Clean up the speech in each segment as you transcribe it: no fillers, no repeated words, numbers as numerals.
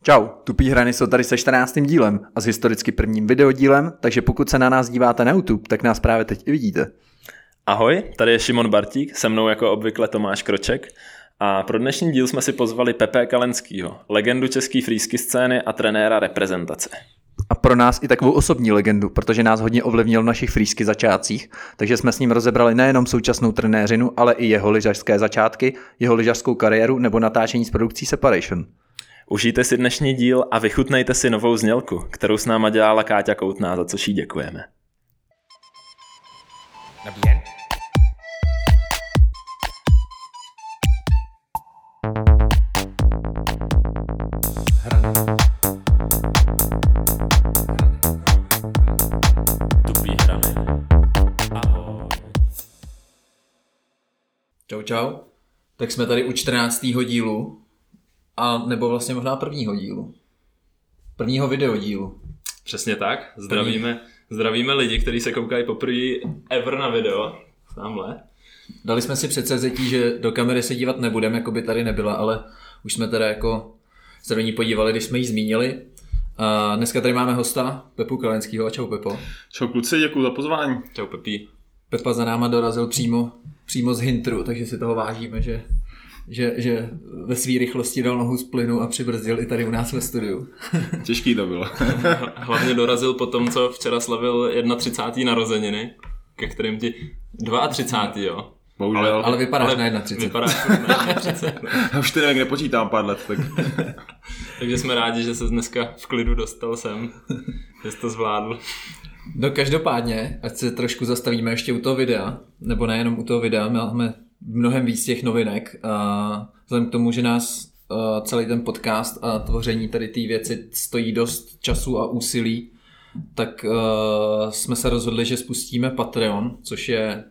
Čau, Tupý hrany jsou tady se 14. dílem a s historicky prvním videodílem, takže pokud se na nás díváte na YouTube, tak nás právě teď i vidíte. Ahoj, tady je Šimon Bartík, se mnou jako obvykle Tomáš Kroček a pro dnešní díl jsme si pozvali Pepe Kalenskýho, legendu české freesky scény a trenéra reprezentace. A pro nás i takovou osobní legendu, protože nás hodně ovlivnil v našich freesky začátcích, takže jsme s ním rozebrali nejenom současnou trenéřinu, ale i jeho lyžařské začátky, jeho lyžařskou kariéru nebo natáčení s produkcí Separation. Užijte si dnešní díl a vychutnejte si novou znělku, kterou s náma dělala Káťa Koutná, za což jí děkujeme. Tupý hrany. Ahoj. Čau. Tak jsme tady u 14. dílu. A nebo vlastně možná prvního dílu. Prvního videodílu. Přesně tak. Zdravíme lidi, kteří se koukají poprvé ever na video. Tamhle. Dali jsme si předsevzetí, že do kamery se dívat nebudeme, jako by tady nebyla, ale už jsme teda jako se do ní podívali, když jsme ji zmínili. A dneska tady máme hosta, Pepu Kalenskýho. Čau Pepo. Čau kluci, děkuji za pozvání. Čau Pepí. Pepa za náma dorazil přímo z Hintru, takže si toho vážíme, že ve své rychlosti dal nohu z plynu a přibrzdil i tady u nás ve studiu. Těžký to bylo. Hlavně dorazil po tom, co včera slavil 31. narozeniny, ke kterým ti 32. jo. Bohužel. Ale vypadáš na 31. Vypadáš na 31. Já už teď nepočítám pár let. Tak. Takže jsme rádi, že se dneska v klidu dostal sem, že jsi to zvládl. No každopádně, ať se trošku zastavíme ještě u toho videa, nebo nejenom u toho videa, máme mnohem víc těch novinek a vzhledem k tomu, že nás celý ten podcast a tvoření tady té věci stojí dost času a úsilí, tak jsme se rozhodli, že spustíme Patreon, což je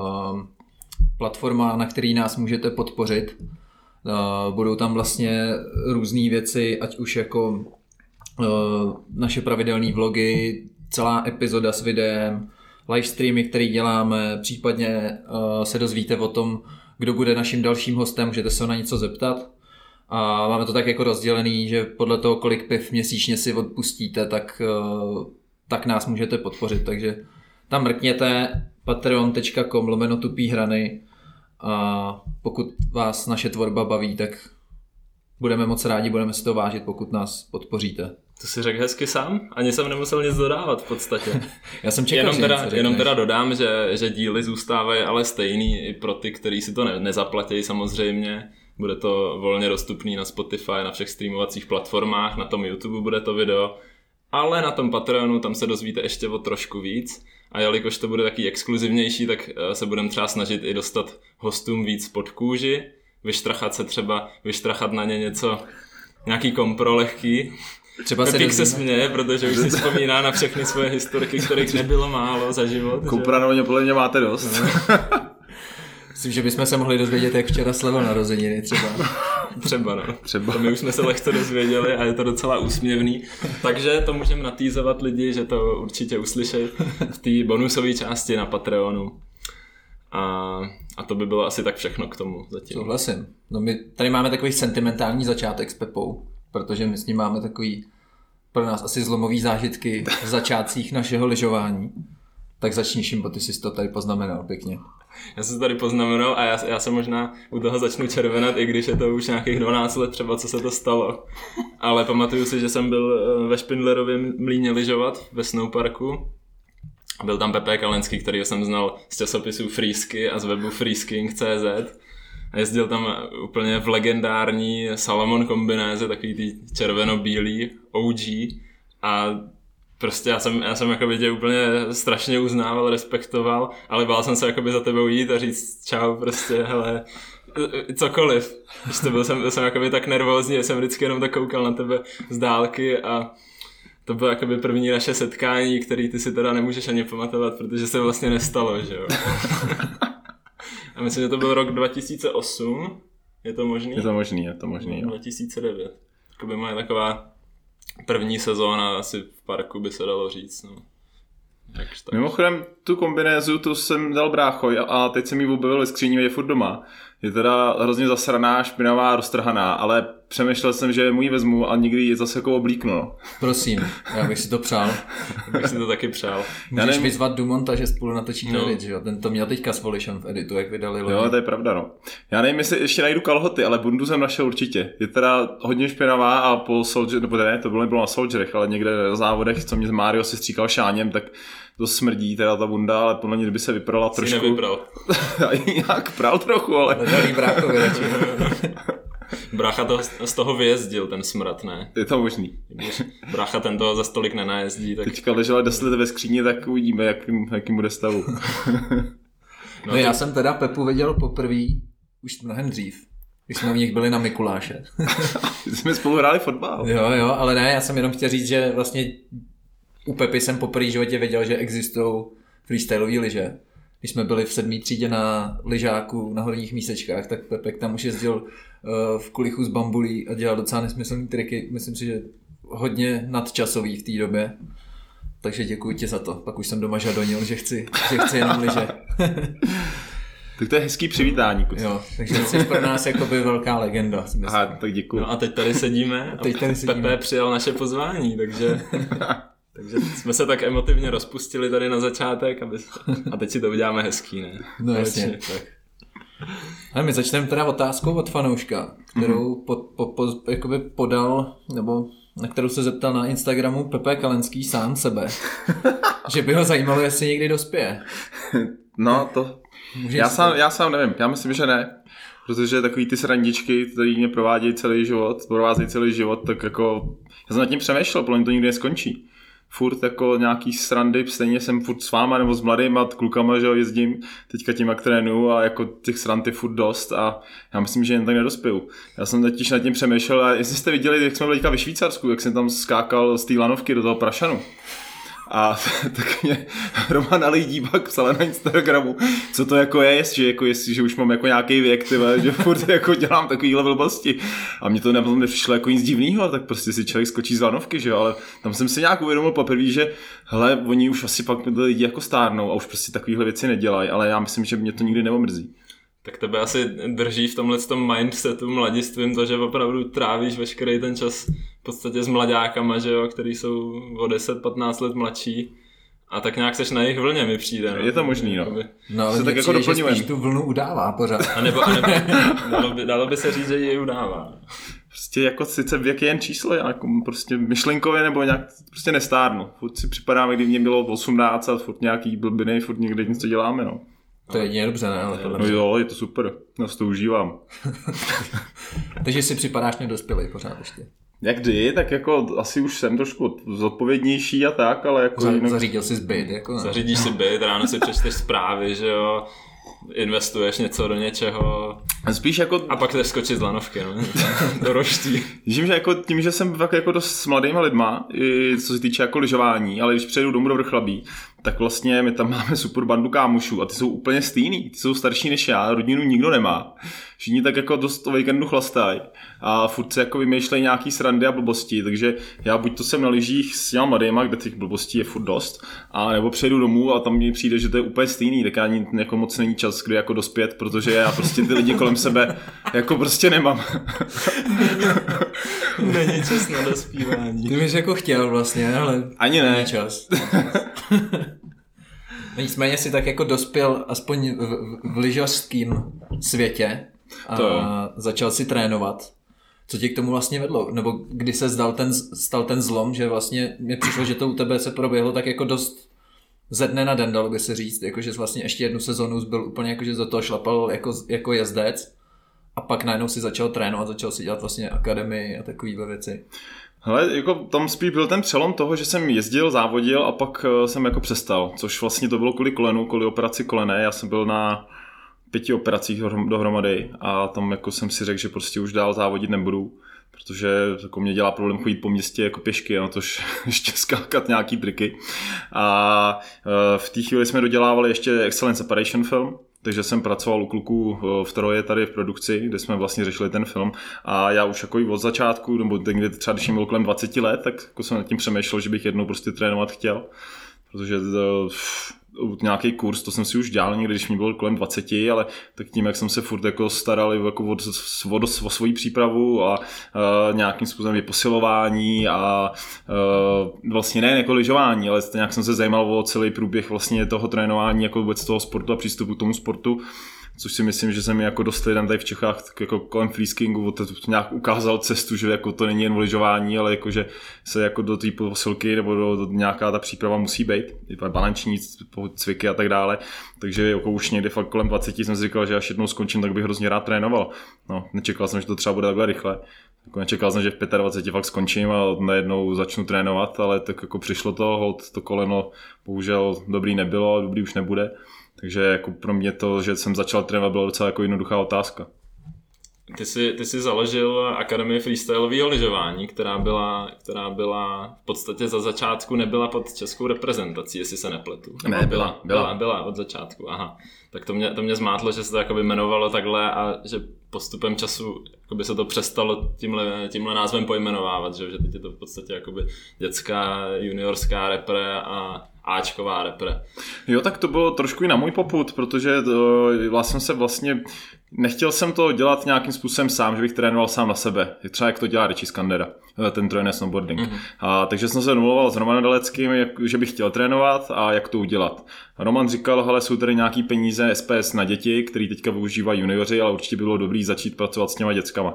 platforma, na který nás můžete podpořit. Budou tam vlastně různé věci, ať už jako naše pravidelné vlogy, celá epizoda s videem, livestreamy, který děláme, případně se dozvíte o tom, kdo bude naším dalším hostem, můžete se na něco zeptat. A máme to tak jako rozdělený, že podle toho, kolik piv měsíčně si odpustíte, tak nás můžete podpořit. Takže tam mrkněte patreon.com/tupýhrany a pokud vás naše tvorba baví, tak budeme moc rádi, budeme si to vážit, pokud nás podpoříte. To si řekl hezky sám, ani jsem nemusel nic dodávat v podstatě. Já jsem čekal, jenom teda dodám, že díly zůstávají ale stejný i pro ty, kteří si to nezaplatí samozřejmě. Bude to volně dostupný na Spotify, na všech streamovacích platformách, na tom YouTube bude to video, ale na tom Patreonu tam se dozvíte ještě o trošku víc. A jelikož to bude taky exkluzivnější, tak se budeme třeba snažit i dostat hostům víc pod kůži, vyštrachat na ně něco, nějaký kompro lehký. Pepík se směje, protože už si vzpomíná na všechny svoje historky, kterých nebylo málo za život. Kompranovně podle mě máte dost. Myslím, že bychom se mohli dozvědět, jak včera slavil narozeniny třeba. Třeba. To my už jsme se lehce dozvěděli a je to docela úsměvný. Takže to můžeme natýzovat lidi, že to určitě uslyšej v té bonusové části na Patreonu. A to by bylo asi tak všechno k tomu zatím. Souhlasím. No my tady máme takový sentimentální začátek s Pepou, protože my s ním máme takový pro nás asi zlomový zážitky v začátcích našeho lyžování. Tak začni, Šimbo, ty jsi to tady poznamenal pěkně. Já jsem to tady poznamenal a já se možná u toho začnu červenat, i když je to už nějakých 12 let třeba, co se to stalo. Ale pamatuju si, že jsem byl ve Špindlerově mlýně lyžovat ve snowparku. Byl tam Pepe Kalenský, kterýho jsem znal z časopisů Freesky a z webu freesking.cz. A jezdil tam úplně v legendární Salomon kombinéze, takový ty červeno-bílý OG. A prostě já jsem jakoby tě úplně strašně uznával, respektoval, ale bál jsem se jakoby za tebou jít a říct čau, prostě, hele, cokoliv. Prostě byl jsem jakoby tak nervózní, že jsem vždycky jenom tak koukal na tebe z dálky a to bylo jakoby první naše setkání, který ty si teda nemůžeš ani pamatovat, protože se vlastně nestalo, že jo. A myslím, že to byl rok 2008, je to možný? Je to možný, jo. 2009. Jakoby moje taková první sezóna asi v parku by se dalo říct, no. Mimochodem, tu kombinézu, tu jsem dal bráchoj a teď jsem ji objevil ve skříni, je furt doma. Je teda hrozně zasraná, špinavá, roztrhaná, ale přemýšlel jsem, že mu ji vezmu a někdy ji zase jako oblíknu. No. Prosím, já bych si to přál. Bych si to taky přál. Můžeš vyzvat Dumonta, že spolu natočíte edit, že jo? Ten to měl teďka s Volišem v editu, jak vydali loni. Jo, to je pravda, no. Já nevím, jestli ještě najdu kalhoty, ale bundu jsem našel určitě. Je teda hodně špinavá a po Soldier, nebo ne, to bylo na Soldierech, ale někde na závodech, co mě Mario si stříkal šáněm, tak to smrdí teda ta bunda, ale podle mě, kdyby se vyprala trošku. Jsi nevypral. Jak pral trochu, ale... Nedalý bráchovi radši. Brácha to z toho vyjezdil, ten smrad, ne? Je to možný. Když brácha ten toho za stolik nenajezdí, tak... Teďka ležela 10 let ve skříni, tak uvidíme, jakým bude stavu. No já jsem teda Pepu viděl poprvé už mnohem dřív, když jsme u nich byli na Mikuláše. Jsme spolu hráli fotbal. Jo, ale ne, já jsem jenom chtěl říct, že vlastně u Pepy jsem poprvé v životě věděl, že existují freestyleové lyže. Když jsme byli v 7. třídě na lyžáku na horních mísečkách, tak Pepek tam už jezdil v kulichu z bambulí a dělal docela nesmyslný triky. Myslím si, že hodně nadčasový v té době. Takže děkuji ti za to. Pak už jsem doma žadonil, že chci jenom lyže. Tak to je hezký přivítání, kuci. Jo, takže jsi pro nás jakoby velká legenda. Aha, tak děkuji. No a teď tady sedíme a Pepe přijal naše pozvání, takže jsme se tak emotivně rozpustili tady na začátek a teď si to uděláme hezký, ne? No jasně. Tak. Ale my začneme teda otázkou od fanouška, kterou jakoby podal, nebo na kterou se zeptal na Instagramu Pepe Kalenský sám sebe. Že by ho zajímalo, jestli někdy dospěje. No to... Já sám nevím, já myslím, že ne. Protože takový ty srandičky, které mě provázejí celý život, tak jako... Já jsem nad tím přemýšlel, protože to nikdy neskončí. Furt jako nějaký srandy, stejně jsem furt s váma nebo s mladýma klukama, že jezdím teďka těma k trénu a jako těch srand je furt dost a já myslím, že jen tak nedospěju. Já jsem totiž nad tím přemýšlel a jestli jste viděli, jak jsme byli teďka ve Švýcarsku, jak jsem tam skákal z té lanovky do toho prašanu. A tak mě Roman Alídíbak psal na Instagramu, co to jako je, že už mám jako nějaký věk, tyhle, že furt jako dělám takovýhle blbosti. A mě to nepřišlo jako nic divného, tak prostě si člověk skočí z lanovky, že jo, ale tam jsem si nějak uvědomil poprvé, že hele, oni už asi pak lidi jako stárnou a už prostě takovýhle věci nedělají, ale já myslím, že mě to nikdy neomrzí. Tak tebe asi drží v tomhletom mindsetu mladistvím to, že opravdu trávíš veškerý ten čas v podstatě s mlaďákama, že jo, který jsou o 10-15 let mladší a tak nějak seš na jejich vlně, mi přijde. No. Je to možný, no. No, ale tak jako doplňujem. Že spíš tu vlnu udává pořád. A nebo dalo by se říct, že ji udává. Prostě jako sice věk je jen číslo, jako prostě myšlenkově nebo nějak prostě nestárnu. Furt si připadám, kdy mě bylo 18 a furt nějaký blbiny, furt někde něco děláme, no. To je jedině dobře, ne? Ale no jo, je to super, já si to užívám. Takže si připadáš nedospělej pořád ještě. Jak kdy, tak jako asi už jsem trošku zodpovědnější a tak, ale jako... Zařídil jsi byt, jako ne? Zařídíš si byt, ráno si přečteš zprávy, že jo, investuješ něco do něčeho. Spíš jako... A pak jdeš skočit z lanovky, no, do roští. Že jako tím, že jsem fakt jako dost s mladýma lidma, i co se týče jako lyžování, ale když přijedu domů do Vrchlabí, tak vlastně my tam máme super bandu kámošů a ty jsou úplně stejný, ty jsou starší než já, rodinu nikdo nemá. Všichni tak jako dost o víkendu chlastají a furt se jako vymýšlejí nějaký srandy a blbosti, takže já buď to jsem na lyžích s těma mladýma, kde těch blbostí je furt dost, a nebo přejdu domů a tam mi přijde, že to je úplně stejný, tak ani jako moc není čas, kdy jako dospět, protože já prostě ty lidi kolem sebe jako prostě nemám. Není čas na dospívání. Ty bys jako chtěl vlastně, ale ani ne. Není čas. Nicméně si tak jako dospěl aspoň v lyžařském světě a začal si trénovat. Co tě k tomu vlastně vedlo? Nebo kdy se stal ten zlom, že vlastně mi přišlo, že to u tebe se proběhlo tak jako dost ze dne na den, dalo by se říct, jakože vlastně ještě jednu sezonu byl úplně jakože za to šlapal jako jezdec a pak najednou si začal trénovat, začal si dělat vlastně akademii a takovýhle věci. Hele, jako tam spíš byl ten přelom toho, že jsem jezdil, závodil a pak jsem jako přestal, což vlastně to bylo kvůli operaci kolene, já jsem byl na 5 operacích dohromady a tam jako jsem si řekl, že prostě už dál závodit nebudu, protože jako mě dělá problém chodit po městě jako pěšky, a tož ještě skákat nějaký triky. A v té chvíli jsme dodělávali ještě Excellent Separation film, takže jsem pracoval u kluků v Troje tady v produkci, kde jsme vlastně řešili ten film a já už jako od začátku, nebo někdy třeba když jsem byl kolem 20 let, tak jako jsem nad tím přemýšlel, že bych jednou prostě trénovat chtěl, protože nějaký kurz, to jsem si už dělal někdy, když mi bylo kolem 20, ale tak tím, jak jsem se furt jako staral jako o svoji přípravu a nějakým způsobem posilování a vlastně ne jako lyžování, ale nějak jsem se zajímal o celý průběh vlastně toho trénování, jako vůbec toho sportu a přístupu k tomu sportu, což si myslím, že se mi jako dost lidem tady v Čechách jako kolem freeskingu nějak ukázal cestu, že jako to není jen lyžování, ale jako, že se jako do té posilky nebo do nějaká ta příprava musí být, balanční cviky a tak dále. Takže jako už někdy fakt kolem 20 jsem si říkal, že až jednou skončím, tak bych hrozně rád trénoval. No, nečekal jsem, že to třeba bude takhle rychle. Jako nečekal jsem, že v 25 fakt skončím a najednou začnu trénovat, ale tak jako přišlo to, hold to koleno bohužel dobrý nebylo, dobrý už nebude. Takže jako pro mě to, že jsem začal trénovat, byla docela jako jednoduchá otázka. Ty jsi založil Akademii freestylového lyžování, která byla v podstatě za začátku nebyla pod českou reprezentací, jestli se nepletu. Ne, byla od začátku, aha. Tak to mě zmátlo, že se to jakoby jmenovalo takhle a že postupem času jakoby se to přestalo tímhle názvem pojmenovávat, že teď je to v podstatě jakoby dětská, juniorská repre a áčková repre. Jo, tak to bylo trošku i na můj popud, protože nechtěl jsem to dělat nějakým způsobem sám, že bych trénoval sám na sebe. Třeba jak to dělá Richie Skandera, ten trénuje snowboarding. Mm-hmm. Takže jsem se domluval s Romanem Daleckým, že bych chtěl trénovat a jak to udělat. A Roman říkal, hele, jsou tady nějaký peníze SPS na děti, který teďka využívají junioři, ale určitě by bylo dobrý začít pracovat s těma dětskama.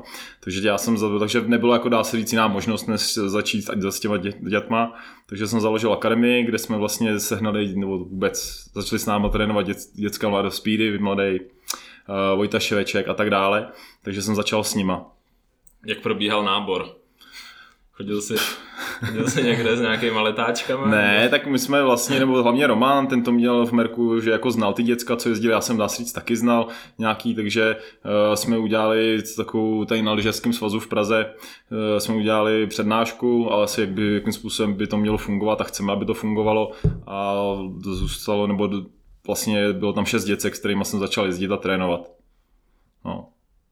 Takže nebylo jako dá se říct jiná možnost, než začít s těma dětma. Takže jsem založil akademii, kde jsme vlastně sehnali, nebo vůbec začali s náma trénovat dětská mladá Speedy, mladý Vojta Ševeček a tak dále. Takže jsem začal s nima. Jak probíhal nábor? Chodil jsi někde s nějakýma letáčkama? Ne, tak my jsme vlastně, nebo hlavně Roman, ten to měl v merku, že jako znal ty děcka, co jezdili, já jsem dá se říct taky znal nějaký, takže jsme udělali takovou tady na lyžařském svazu v Praze, jsme udělali přednášku, ale asi jakým způsobem by to mělo fungovat a chceme, aby to fungovalo a zůstalo, nebo vlastně bylo tam 6 děcek, s kterými jsem začal jezdit a trénovat. No.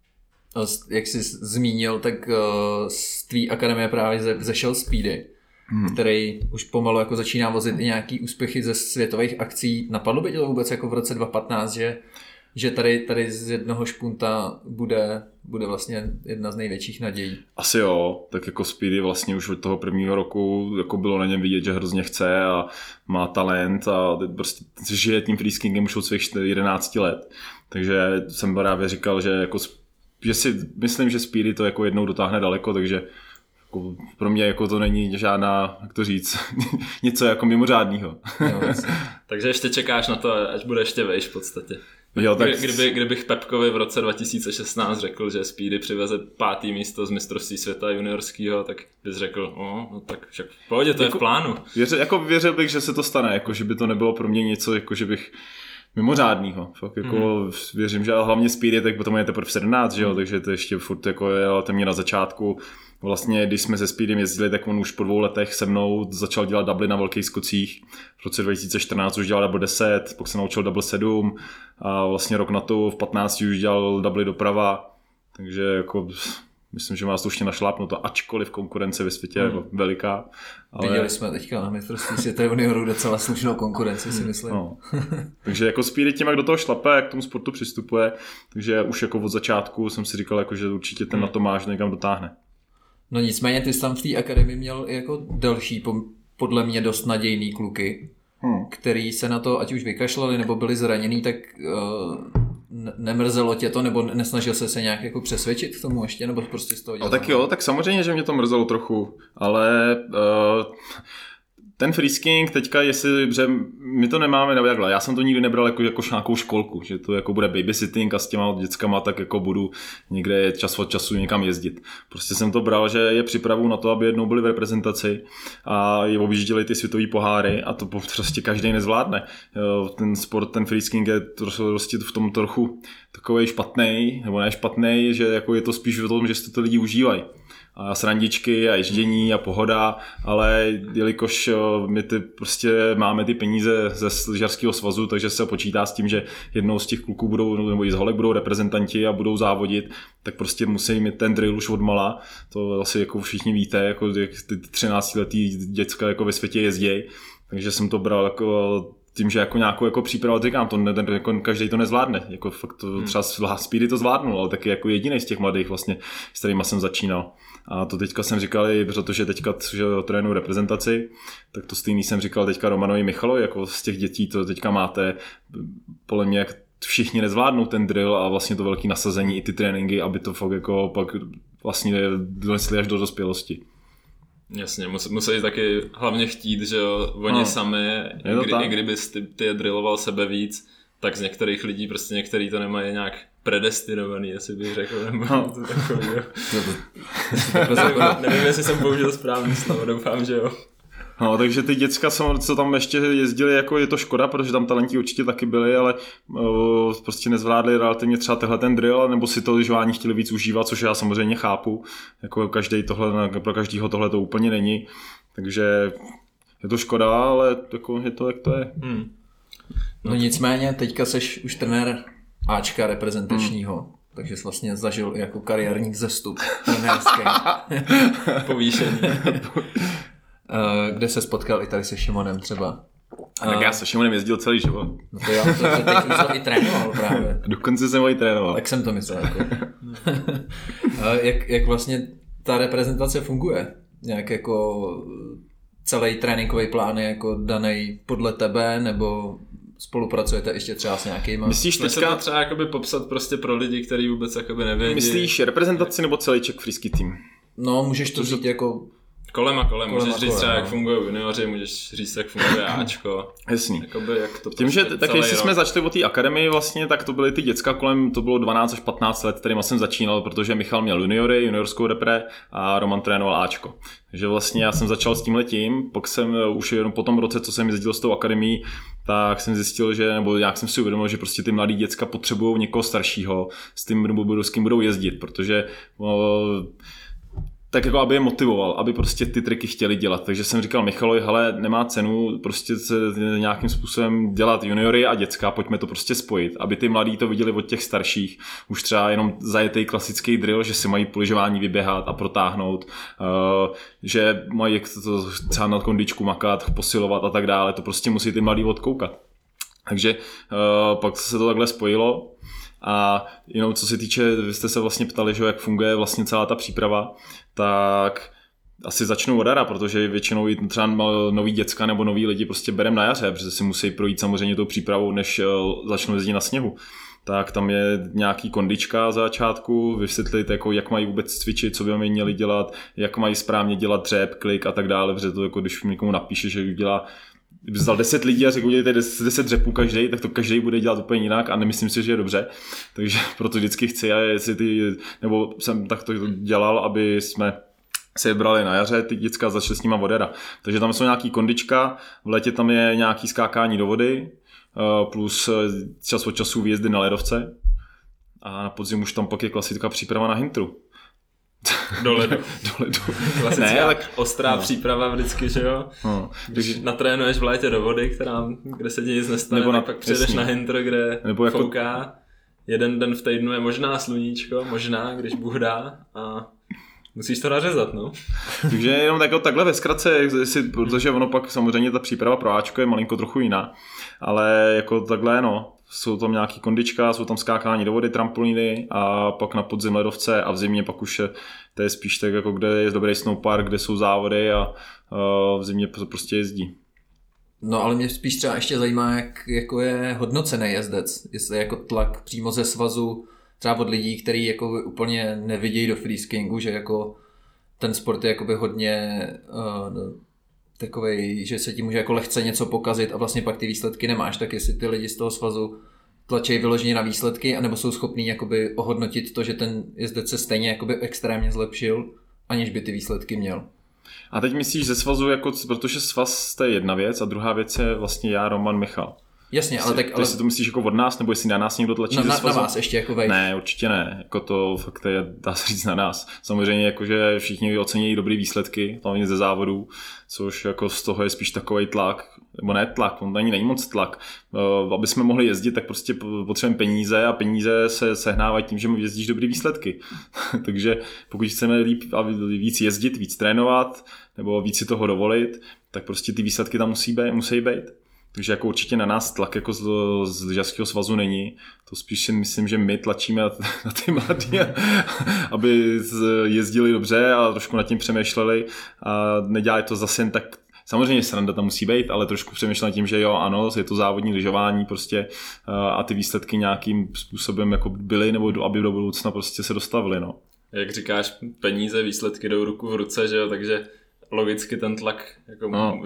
Jak jsi zmínil, tak z tvý akademie právě zešel Speedy, který už pomalu jako začíná vozit i nějaký úspěchy ze světových akcí. Napadlo by tě to vůbec jako v roce 2015, že tady z jednoho špunta bude vlastně jedna z největších nadějí? Asi jo, tak jako Speedy vlastně už od toho prvního roku jako bylo na něm vidět, že hrozně chce a má talent a prostě žije tím freeskingem už od svých 11 let. Takže jsem právě říkal, že si myslím, že Speedy to jako jednou dotáhne daleko, takže jako pro mě jako to není žádná, jak to říct, něco jako mimořádného. Takže ještě čekáš na to, až bude ještě vejš v podstatě. Jo, tak... Kdybych Pepkovi v roce 2016 řekl, že Speedy přiveze 5. místo z mistrovství světa juniorského, tak bys řekl, no tak však v pohodě, to je v plánu. Věřil bych, že se to stane, jako že by to nebylo pro mě něco, jako že bych mimořádnýho. Fakt jako věřím, že hlavně Speedy, tak potom je teprve 17, že jo, takže to ještě furt jako je téměř na začátku. Vlastně, když jsme se Speedym jezdili, tak on už po 2 letech se mnou začal dělat double na velkých skocích. V roce 2014 už dělal double 10, pak se naučil double 7 a vlastně rok na to v 15 už dělal double doprava. Takže jako myslím, že má slušně našlápnuto, ačkoliv konkurence ve světě je veliká. Ale... Viděli jsme teďka na mistrovství světa juniorů docela slušnou konkurenci, si myslím. No. Takže jako Speedy tím, jak do toho šlape, jak k tomu sportu přistupuje, takže už jako od začátku jsem si říkal, jako, že určitě ten na to máš, někam dotáhne. No nicméně ty jsi tam v té akademii měl jako další, podle mě dost nadějný kluky, který se na to ať už vykašlali nebo byli zraněný, tak nemrzelo tě to, nebo nesnažil se nějak jako přesvědčit k tomu ještě, nebo prostě z toho dělat? Tak jo, tak samozřejmě, že mě to mrzelo trochu, ale ten freesking teďka, že my to nemáme nebo jakhle, já jsem to nikdy nebral jako nějakou školku, že to jako bude babysitting a s těma dětskama tak jako budu někde čas od času někam jezdit. Prostě jsem to bral, že je připravu na to, aby jednou byli v reprezentaci a je objížděli ty světové poháry a to prostě každý nezvládne. Ten sport, ten freesking je prostě v tom trochu takovej špatnej, nebo ne špatnej, že jako je to spíš o tom, že si to lidi užívají. A srandičky a ježdění a pohoda, ale jelikož my prostě máme ty peníze ze lyžařského svazu, takže se počítá s tím, že jednou z těch kluků budou, nebo i z holek budou reprezentanti a budou závodit, tak prostě musí mít ten drill už odmala. To asi jako všichni víte, jako jak ty 13letý děcka jako ve světě jezdějí. Takže jsem to bral jako tím, že jako nějakou jako přípravu, říkám, jako každý to nezvládne, jako fakt to, třeba Speedy to zvládnul, ale taky jako jediný z těch mladých vlastně, s kterýma jsem začínal. A to teďka jsem říkal i protože teďka že trénuju reprezentaci, tak to stejný jsem říkal teďka Romanovi Michalovi, jako z těch dětí, to teďka máte, podle mě jak všichni nezvládnou ten drill a vlastně to velký nasazení i ty tréninky, aby to fakt jako pak vlastně donesli až do dospělosti. Jasně, musí taky hlavně chtít, že jo, oni sami, i kdyby ty je drilloval sebe víc, tak z některých lidí prostě některý to nemají nějak predestinovaný, jestli bych řekl, nebo to takový, jo. Nevím, jestli jsem použil správný slovo, doufám, že jo. No, takže ty děcka, co tam ještě jezdili, jako je to škoda, protože tam talenti určitě taky byli, ale prostě nezvládli relativně třeba tehle ten drill, nebo si to lyžování chtěli víc užívat, což já samozřejmě chápu. Jako pro každýho tohle to úplně není. Takže je to škoda, ale jako je to, jak to je. No nicméně, teďka seš už trenér Ačka reprezentačního. Takže jsi vlastně zažil jako kariérní vzestup trenérský. Povýšení. Kde se spotkal i tady se Šimonem třeba? Tak já se Šimonem jezdil celý život. No to jo, to teď už to i trénoval právě. Dokonce jsem ho i trénoval. Tak jsem to myslel. Jako. jak vlastně ta reprezentace funguje? Nějak jako celý tréninkový plán je jako daný podle tebe, nebo spolupracujete ještě třeba s nějakýma? Myslíš teďka třeba jakoby popsat prostě pro lidi, kteří vůbec jakoby nevědí. Myslíš reprezentaci nebo celý Czech freeski tým? No, můžeš to říct jako kolem. Můžeš říct třeba, jak fungují junioři, můžeš říct, jak funguje Ačko. Jasný. Jakoby, jak to tím, že tak jestli jsme začali od té akademii vlastně, tak to byly ty děcka kolem, to bylo 12 až 15 let, kterýma jsem začínal, protože Michal měl juniorskou repre a Roman trénoval Ačko. Takže vlastně já jsem začal s tímhletím, pak jsem už jenom po tom roce, co jsem jezdil s tou akademií, tak jsem zjistil, že, nebo jak jsem si uvědomil, že prostě ty mladí děcka potřebují někoho staršího, s kým budou jezdit, protože tak jako aby je motivoval, aby prostě ty triky chtěli dělat. Takže jsem říkal Michalovi, hele, nemá cenu prostě se nějakým způsobem dělat juniory a děcka, pojďme to prostě spojit, aby ty mladí to viděli od těch starších. Už třeba jenom zajetej klasický drill, že si mají po lyžování vyběhat a protáhnout, že mají to třeba na kondičku makat, posilovat a tak dále. To prostě musí ty mladí odkoukat. Takže pak se to takhle spojilo. A jenom co se týče, vy jste se vlastně ptali, že jak funguje vlastně celá ta příprava, tak asi začnu od jara, protože většinou i třeba nový děcka nebo noví lidi prostě berem na jaře, protože si musí projít samozřejmě tou přípravou, než začnou jezdit na sněhu. Tak tam je nějaký kondička za začátku, vysvětlit, jako, jak mají vůbec cvičit, co by měli dělat, jak mají správně dělat dřep, klik a tak dále, protože to jako, když někomu napíše, že dělá kdyby vzal 10 lidí a řekl, udělejte 10 dřepů každý, tak to každý bude dělat úplně jinak a nemyslím si, že je dobře. Takže proto vždycky chci, nebo jsem tak to dělal, aby jsme se brali na jaře, ty děcka začali s nima od jara. Takže tam jsou nějaký kondička, v létě tam je nějaký skákání do vody, plus čas od času výjezdy na ledovce a na podzim už tam pak je klasická příprava na hintru. Do ledu. Klasická ne, tak ostrá příprava vždycky, že jo? No, když natrénuješ v létě do vody, kde se ti nic nestane, nebo pak přijedeš na hintr, kde nebo fouká. Jeden den v týdnu je možná sluníčko, možná, když Bůh dá a musíš to nařezat, no. Takže jenom takhle ve zkratce, protože ono pak samozřejmě ta příprava pro Ačko je malinko trochu jiná, ale jako takhle no. Jsou tam nějaký kondička, jsou tam skákání do vody, trampolíny a pak na podzim ledovce a v zimě pak už to je spíš tak, jako kde je dobrý snowpark, kde jsou závody a v zimě to prostě jezdí. No ale mě spíš třeba ještě zajímá, jak jako je hodnocený jezdec, jestli je jako tlak přímo ze svazu, třeba od lidí, kteří jako úplně nevidějí do freeskingu, že jako ten sport je jakoby hodně takovej, že se ti může jako lehce něco pokazit a vlastně pak ty výsledky nemáš, tak jestli ty lidi z toho svazu tlačí vyloženě na výsledky, anebo jsou schopní jakoby ohodnotit to, že ten jezdec se stejně jakoby extrémně zlepšil, aniž by ty výsledky měl. A teď myslíš ze svazu, jako, protože svaz to je jedna věc a druhá věc je vlastně já, Roman, Michal. Jasně, ale tak... Ale... Jestli to myslíš jako od nás, nebo jestli na nás někdo tlačí ze svazu? Na vás ještě jako vejš. Ne, určitě ne. Jako to fakt je, dá se říct na nás. Samozřejmě jakože všichni ocení dobrý výsledky, hlavně ze závodů, což jako z toho je spíš takovej tlak, nebo ne tlak, on není moc tlak. Aby jsme mohli jezdit, tak prostě potřebujeme peníze a peníze se sehnávají tím, že mu jezdíš dobrý výsledky. Takže pokud chceme líp a víc jezdit, víc trénovat, nebo víc si toho dovolit, tak prostě ty výsledky tam musí být. Takže jako určitě na nás tlak jako z lyžařského svazu není. To spíš si myslím, že my tlačíme na ty mladí, aby jezdili dobře a trošku nad tím přemýšleli a nedělali to zase jen tak. Samozřejmě sranda tam musí být, ale trošku přemýšlel tím, že jo, ano, je to závodní lyžování prostě a ty výsledky nějakým způsobem jako byly, nebo aby do budoucna prostě se dostavily, no. Jak říkáš, peníze, výsledky jdou ruku v ruce, že jo, takže logicky ten tlak, jako no.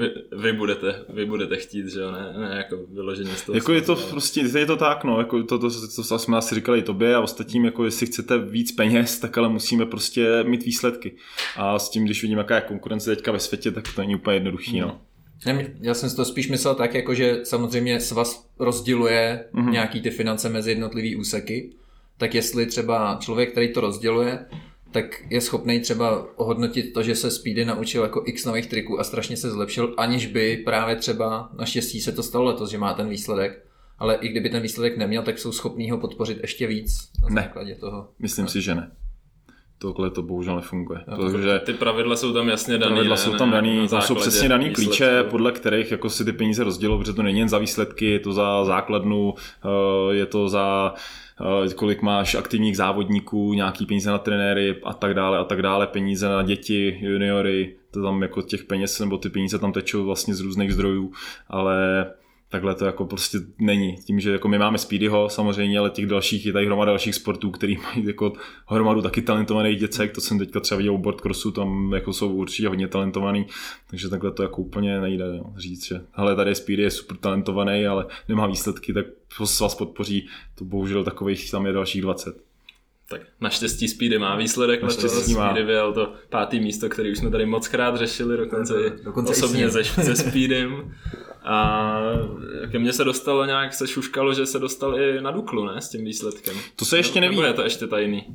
vy budete chtít, že jo, ne jako vyložení z toho. Jako je to prostě, je to tak, no, jako to jsme asi říkali i tobě a ostatním, jako jestli chcete víc peněz, tak ale musíme prostě mít výsledky. A s tím, když vidím, jaká je konkurence teďka ve světě, tak to není úplně jednoduchý, no. Já jsem si to spíš myslel tak, jako že samozřejmě svaz rozděluje nějaký ty finance mezi jednotlivý úseky, tak jestli třeba člověk, který to rozděluje, tak je schopný třeba ohodnotit to, že se Speedy naučil jako x nových triků a strašně se zlepšil, aniž by právě třeba naštěstí se to stalo letos, že má ten výsledek, ale i kdyby ten výsledek neměl, tak jsou schopní ho podpořit ještě víc na základě toho. Myslím si, že ne. Tohle to bohužel nefunguje. Protože ty pravidla jsou tam jasně daný. Pravidla jsou tam daný, tam jsou přesně daný klíče, podle kterých jako si ty peníze rozdělou, protože to není jen za výsledky, je to za základnu, je to za kolik máš aktivních závodníků, nějaký peníze na trenéry a tak dále, peníze na děti, juniory, to tam jako těch peněz, nebo ty peníze tam tečou vlastně z různých zdrojů, ale takhle to jako prostě není. Tím, že jako my máme Speedyho samozřejmě, ale těch dalších je tady hromada dalších sportů, který mají jako hromadu taky talentovaných děcek, to jsem teďka třeba viděl u boardcrossu, tam jako jsou určitě hodně talentovaný, takže takhle to jako úplně nejde, no, říct, že hele, tady Speedy je super talentovaný, ale nemá výsledky, tak vás podpoří, to bohužel takových tam je dalších 20. Tak naštěstí Speedy má výsledek, Speedy vyjel to 5. místo, který už jsme tady mockrát řešili, dokonce osobně se Speedym. A ke mně se dostalo nějak, se šuškalo, že se dostal i na Duklu, ne, s tím výsledkem. To se ještě neví. Nebo je to ještě tajný?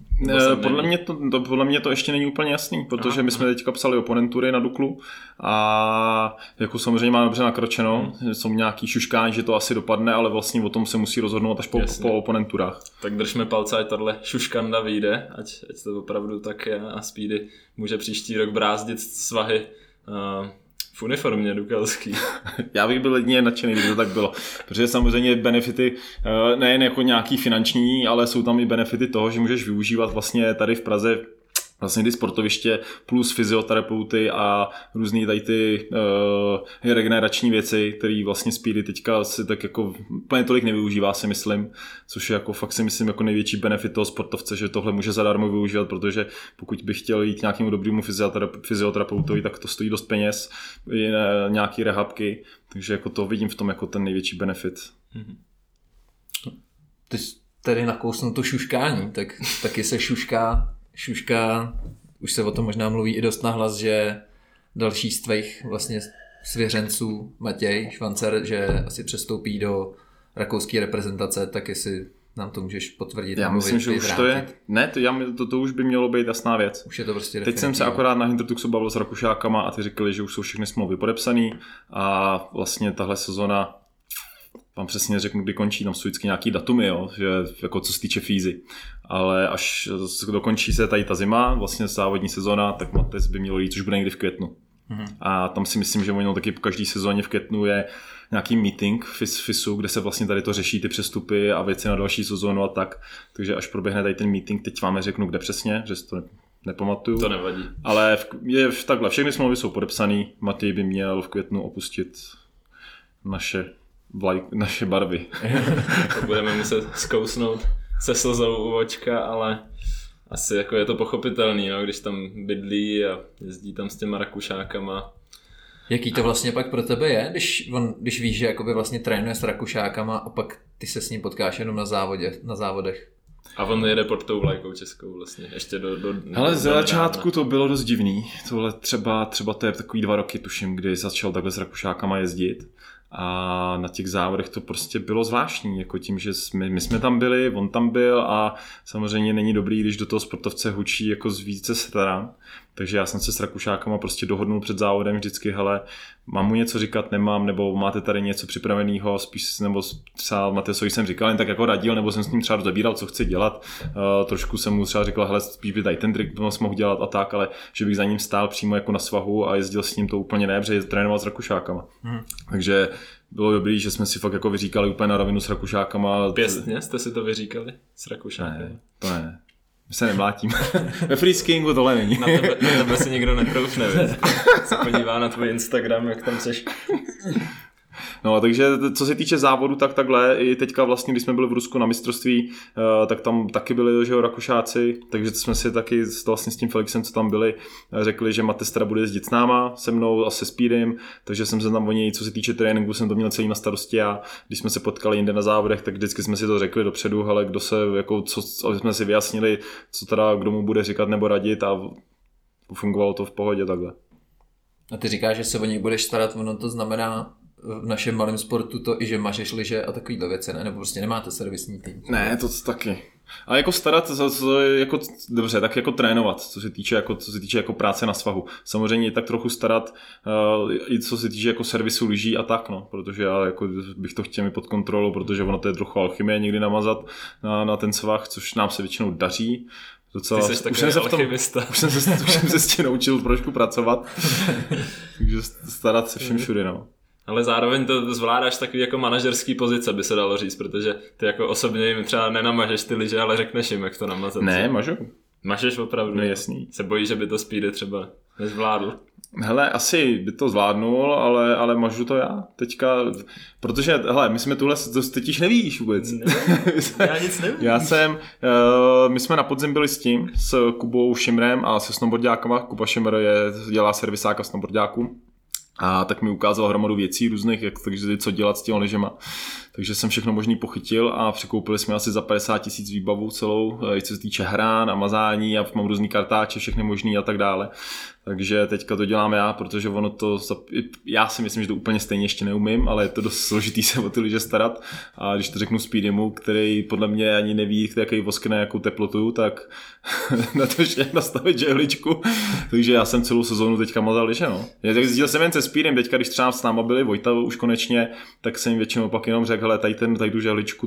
Podle mě to ještě není úplně jasný, protože my jsme teďka psali oponentury na Duklu a jako samozřejmě má dobře nakročeno, jsou nějaký šuškání, že to asi dopadne, ale vlastně o tom se musí rozhodnout až po oponenturách. Tak držme palce, ať tahle šuškanda vyjde, ať to opravdu tak je a Speedy může příští rok brázdit svahy v uniformě dukelský. Já bych byl jedině nadšený, kdyby to tak bylo. Protože samozřejmě benefity nejen jako nějaký finanční, ale jsou tam i benefity toho, že můžeš využívat vlastně tady v Praze vlastně ty sportoviště plus fyzioterapeuty a různý tady ty regenerační věci, které vlastně Speedy teďka si tak jako úplně tolik nevyužívá, si myslím, což je jako fakt si myslím jako největší benefit toho sportovce, že tohle může zadarmo využívat, protože pokud bych chtěl jít k nějakému dobrému fyzioterapeutovi, tak to stojí dost peněz, i nějaký rehabky, takže jako to vidím v tom jako ten největší benefit. Ty tady nakousnu to šuškání, tak taky se šuška, už se o tom možná mluví i dost nahlas, že další z tvých vlastně svěřenců Matěj Švancer, že asi přestoupí do rakouské reprezentace, tak jestli nám to můžeš potvrdit. Já myslím, že už to je. Ne, to už by mělo být jasná věc. Už je to prostě teď jsem se akorát na Hintertuxu bavil s Rakušákama a ty říkali, že už jsou všechny smlouvy podepsané a vlastně tahle sezona, vám přesně řeknu, kdy končí, tam jsou vždycky nějaký datumy, jo, že jako co se týče fízy. Ale až dokončí se tady ta zima, vlastně závodní sezona, tak Matez by mělo jít, což bude někdy v květnu. A tam si myslím, že ono taky po každý sezóně v květnu je nějaký meeting FISu, kde se vlastně tady to řeší ty přestupy a věci na další sezónu a tak. Takže až proběhne tady ten meeting, teď vám řeknu, kde přesně, že si to nepamatuju. To nevadí. Ale takhle, všechny smlouvy jsou podepsané, Matěj by měl v květnu opustit naše barvy. To budeme muset zkousnout se slzou u očka, ale asi jako je to pochopitelný, no, když tam bydlí a jezdí tam s těma Rakušákama. Jaký to vlastně pak pro tebe je, když víš, že jakoby vlastně trénuje s Rakušákama a pak ty se s ním potkáš jenom na závodech? A on jede pod tou vlajkou českou vlastně, ještě do hele, ze začátku to bylo dost divný, tohle třeba to je takový 2 roky tuším, kdy začal takhle s Rakušákama jezdit. A na těch závodech to prostě bylo zvláštní, jako tím, že my jsme tam byli, on tam byl a samozřejmě není dobrý, když do toho sportovce hučí jako z více stran, takže já jsem se s Rakušákama prostě dohodnul před závodem vždycky, hele, mám mu něco říkat, nemám, nebo máte tady něco připraveného, spíš, nebo třeba Matesovi jsem říkal, jen tak jako radil, nebo jsem s ním třeba rozebíral, co chce dělat, trošku jsem mu třeba říkal, hele, spíš by tady ten trik mohl dělat a tak, ale že bych za ním stál přímo jako na svahu a jezdil s ním to úplně ne, protože trénoval s Rakušákama. Takže bylo dobrý, že jsme si fakt jako vyříkali úplně na rovinu s Rakušákama. Pěstně jste si to vyříkali s Rakušákem? Ne, to ne. My se nemlátíme. Ve freeskiingu tohle není. Na tebe si nikdo netroufne, se podívá na tvůj Instagram, jak tam seš. No, takže co se týče závodu, tak takhle, i teďka vlastně, když jsme byli v Rusku na mistrovství, tak tam taky byli, že jo, Rakušáci, takže jsme si taky vlastně s tím Felixem, co tam byli, řekli, že Matej teda bude jezdit s náma, se mnou a se Speedem, takže jsem se tam o něj, co se týče tréninku, jsem to měl celý na starosti a když jsme se potkali jinde na závodech, tak vždycky jsme si to řekli dopředu, ale kdo se, jako, co jsme si vyjasnili, co teda, kdo mu bude říkat nebo radit a fungovalo to v pohodě takhle. A ty říkáš, že se o něj budeš starat, ono to znamená v našem malém sportu to i, že mažeš lyže a takovýhle věci, ne? Nebo prostě nemáte servisní tým? Ne, to taky. A jako starat, jako, dobře, tak jako trénovat, co se týče jako práce na svahu. Samozřejmě tak trochu starat, i co se týče jako servisu lyží a tak, no, protože já jako bych to chtěl mít pod kontrolou, protože ono to je trochu alchymie někdy namazat na ten svah, což nám se většinou daří. Docela, ty jsi takový alchymista. Už jsem se s tím naučil trošku pracovat, takže starat se všem všude, no. Ale zároveň to zvládáš takový jako manažerský pozice, by se dalo říct, protože ty jako osobně jim třeba nenamažeš ty lyže, ale řekneš jim, jak to namazat. Ne, mažu. Mažeš opravdu? No jasný. Se bojíš, že by to Speedy třeba nezvládl? Hele, asi by to zvládnul, ale mažu to já teďka, protože, hele, my jsme tuhle, to totiž nevíš vůbec. Ne, já nic nevím. My jsme na podzim byli s tím, s Kubou Šimrem a se snowboardákama. Kuba Šimr dělá servisáka snowboardáků. A tak mi ukázal hromadu věcí různých, takže co dělat s těmi lyžema. Takže jsem všechno možný pochytil a překoupili jsme asi za 50 000 výbavu celou, co se týče hrán a mazání a mám různý kartáče, všechny možný a tak dále. Takže teďka to dělám já, protože ono to, já si myslím, že to úplně stejně ještě neumím, ale je to dost složitý se o ty lyže starat. A když to řeknu Speedymu, který podle mě ani neví, jaký voskne, jakou teplotu, tak na to ještě nastavit žehličku. Takže já jsem celou sezónu teďka mazal lyže, no. Jezdil jsem jen se Speedem, teďka když třeba s náma byli Vojta už konečně, tak jsem většinou pak jenom řekl, hele, tady tu žehličku,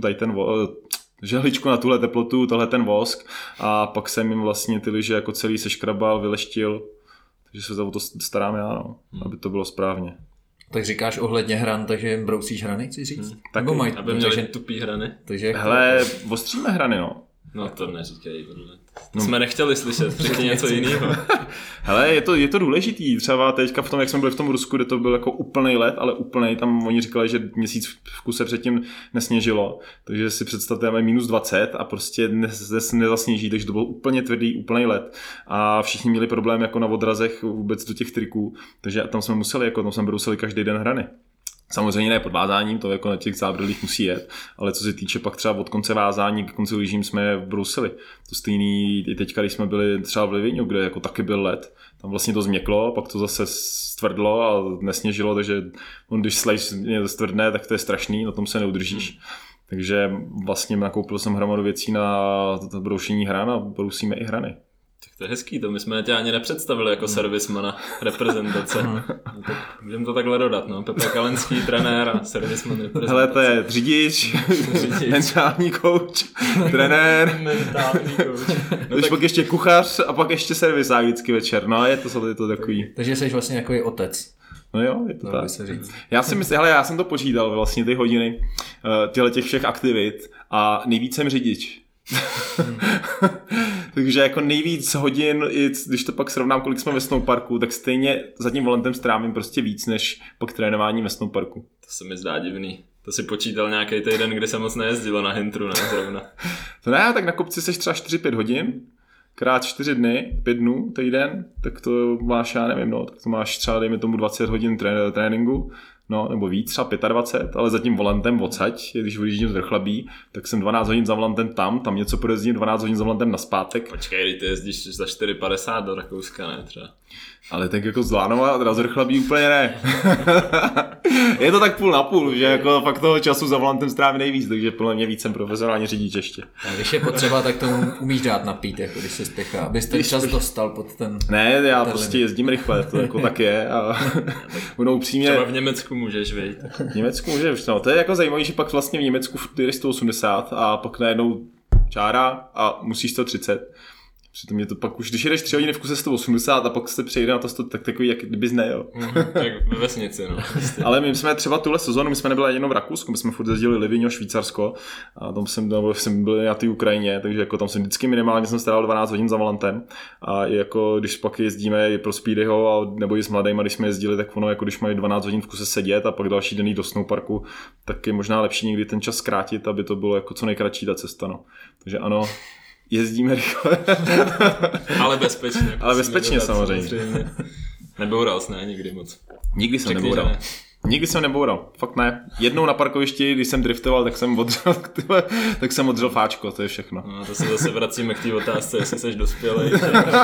žehličku na tuhle teplotu, tohle ten vosk a pak jsem jim vlastně ty lyže jako celý seškrabal, vyleštil. Takže se o to starám já, no, aby to bylo správně. Tak říkáš ohledně hran, takže brousíš hrany, chci říct? Taky, aby měli tupý hrany. Takže hele, ostříme hrany, no. No to neříkej, jsme nechtěli slyšet, řekni něco jiného. Hele, je to důležitý, třeba teďka v tom, jak jsme byli v tom Rusku, kde to byl jako úplný let, ale úplný, tam oni říkali, že měsíc v kuse předtím nesněžilo, takže si představte, máme -20 a prostě nezasněží, takže to byl úplně tvrdý, úplný let a všichni měli problém jako na odrazech vůbec do těch triků, takže tam jsme brousili každý den hrany. Samozřejmě ne pod vázáním, to jako na těch zábradlích musí jet, ale co se týče pak třeba od konce vázání k konci lyžím jsme je brousili. To stejný i teďka, když jsme byli třeba v Liviňu, kde jako taky byl led, tam vlastně to změklo, pak to zase stvrdlo a nesněžilo, takže když slejš stvrdne, tak to je strašný, na tom se neudržíš. Takže vlastně nakoupil jsem hromadu věcí na broušení hran a brousíme i hrany. Tak to je hezký, to my jsme tě ani nepředstavili jako servismana reprezentace. No, tak můžeme to takhle dodat, no. Pepe Kalenský, trenér a servisman reprezentace. Hele, to je řidič, mentální coach, trenér, mentální coach. No tak pak ještě kuchař a pak ještě servisák vždycky večer, no je to takový. Takže jsi vlastně jako otec. No jo, je to tak. Já si myslím, hele, já jsem to počítal vlastně ty hodiny, těch všech aktivit a nejvíc jsem řidič. Takže jako nejvíc hodin, když to pak srovnám, kolik jsme ve snowparku, tak stejně za tím volantem strávím prostě víc, než pak trénování ve snowparku. To se mi zdá divný. To si počítal nějaký týden, kdy se moc nejezdilo na Hintru, ne zrovna. To ne, tak na kopci seš třeba 4-5 hodin, krát 4 dny, 5 dnů týden, tak to máš, já nevím, no, tak to máš třeba, dejme tomu 20 hodin tréninku, no, nebo víc, třeba 25, ale za tím volantem odsaď, když vyjíždím z Vrchlabí, tak jsem 12 hodin za volantem tam něco pojezdím, 12 hodin za volantem naspátek. Počkej, ty jezdíš za 4,50 do Rakouska, ne třeba? Ale tak jako zlánovat a rozrychlebí úplně ne. Je to tak půl na půl, že jako fakt toho času za volantem stráví nejvíc, takže podle mě víc jsem profesionální řidič ještě. A když je potřeba, tak to umíš dát napít, jako když se spěchá, abys ten čas dostal pod ten... Ne, já prostě jezdím rychle, to jako tak je a budou upřímně... Třeba v Německu můžeš vyjít. V Německu můžeš, no to je jako zajímavé, že pak vlastně v Německu jdeš 180 a pak najednou čára a musíš 130. Přitom je to pak už, když jedeš 3 hodiny v kuse 180 a pak se přejde na to 100, tak takový, jak kdybys nejel. Tak ve vesnici, no. Ale my jsme třeba tuhle sezónu, my jsme nebyli jenom v Rakousku, my jsme furt jezdili Livigno, Švýcarsko a tam jsem byl na té Ukrajině, takže jako tam jsem vždycky minimálně jsem strávil 12 hodin za volantem a jako když pak jezdíme i pro Speedyho nebo i s mladejma, když jsme jezdili, tak ono jako když mají 12 hodin v kuse sedět a pak další den jít do snowparku, tak je možná lepší někdy ten čas zkrátit, aby to bylo jako co nejkratší ta cesta, no. Takže ano, jezdíme rychle. Ale bezpečně. Ale bezpečně samozřejmě. Neboural jsi, ne? Nikdy moc. Nikdy jsem neboural. Ne. Nikdy jsem neboural, fakt ne. Jednou na parkovišti, když jsem driftoval, tak jsem odřel fáčko, to je všechno. No, to se zase vracíme k té otázce, jestli jsi dospělej.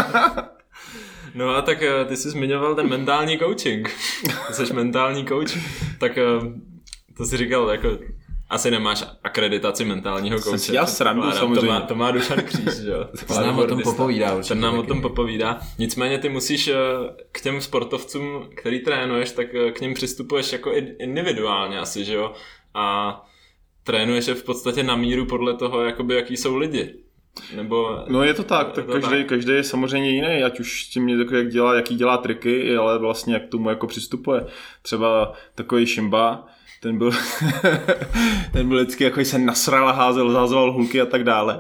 No a tak ty jsi zmiňoval ten mentální coaching. Ty jsi mentální coach, tak to jsi říkal jako... Asi nemáš akreditaci mentálního kouče. Jsem já srandu samozřejmě. To má Dušan Kříž, jo. Ten nám o tom popovídá určitě. Ten nám o tom popovídá. Nicméně ty musíš k těm sportovcům, který trénuješ, tak k ním přistupuješ jako individuálně asi, že jo? A trénuješ je v podstatě na míru podle toho, jakoby, jaký jsou lidi. Nebo... No je to tak, tak každý je samozřejmě jiný, ať už s tím jaký dělá triky, ale vlastně jak k tomu jako přistupuje. Třeba takový Šimba, ten byl vždycky jako se nasral a házoval hulky a tak dále.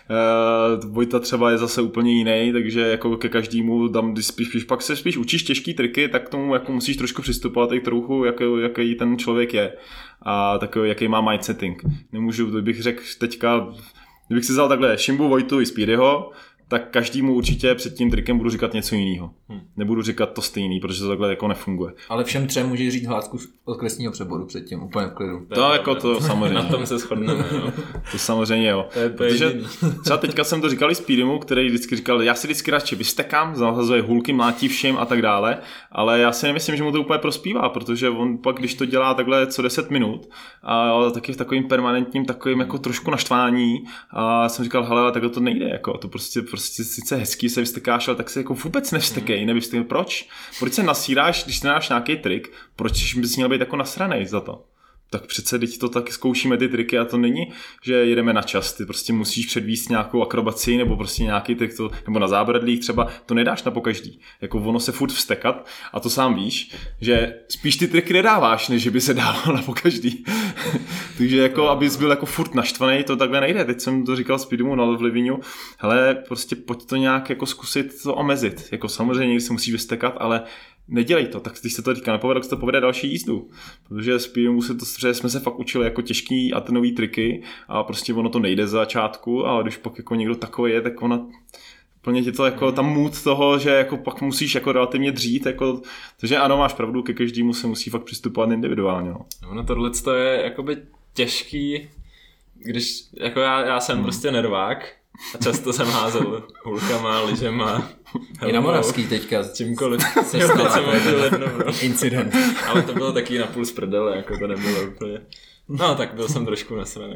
Vojta třeba je zase úplně jiný, takže jako ke každému tam, když pak se spíš učíš těžký triky, tak k tomu jako musíš trošku přistupovat i trochu, jaký ten člověk je a takový, jaký má mindsetting. Nemůžu, bych řekl teďka, kdybych si vzal takhle Šimbu, Vojtu i Speedyho, tak každému určitě před tím trikem budu říkat něco jiného. Nebudu říkat to stejný, protože to takhle jako nefunguje. Ale všem třem můžeš říct hlásku od kresního přeboru předtím, úplně v klidu. To jako to samozřejmě. Na tom se shodneme, no. To samozřejmě jo. Protože třeba teďka jsem to říkal i Speedymu, který vždycky říkal, já si vždycky radši vystekám, zahazuje hulky, mlátí všem a tak dále, ale já si nemyslím, že mu to úplně prospívá, protože on pak, když to dělá takhle co 10 minut a taky v takovým permanentním, takovým jako trošku naštvání a jsem říkal, hele, ale takhle to nejde, jako to prostě sice hezký se vystekáš, ale tak se jako vůbec nevstekej, nevystekej. Proč? Proč se nasíráš, když nedáš nějaký trik? Proč bys měl být jako nasranej za to? Tak přece teď to taky zkoušíme ty triky a to není, že jedeme na čas, ty prostě musíš předvíst nějakou akrobaci nebo prostě nějaký trik, nebo na zábradlích třeba, to nedáš na pokaždý. Jako ono se furt vstekat a to sám víš, že spíš ty triky nedáváš, než by se dával na pokaždý. Takže jako, abys byl jako furt naštvaný, to takhle nejde. Teď jsem to říkal Speedymu na Livignu, hele, prostě pojď to nějak jako zkusit to omezit. Jako samozřejmě někdy se musíš vystekat, ale nedělej to, tak když se to teďka nepovede, tak se to povede další jízdu. Protože Speedymu jsme se fakt učili jako těžký a ty nový triky a prostě ono to nejde z začátku, ale když pak jako někdo takový je, tak ona plně ti to jako tam mood toho, že jako pak musíš jako relativně dřít, jako, takže ano, máš pravdu, ke každému se musí fakt přistupovat individuálně. No. Ono tohleto je jakoby těžký, když jako já jsem prostě nervák a často jsem házel hulkama, lyžema, i na Moravský teďka. Čímkoliv. Se stala incident. Ale to bylo taky napůl z prdele, jako to nebylo úplně. No tak byl jsem trošku nasraný.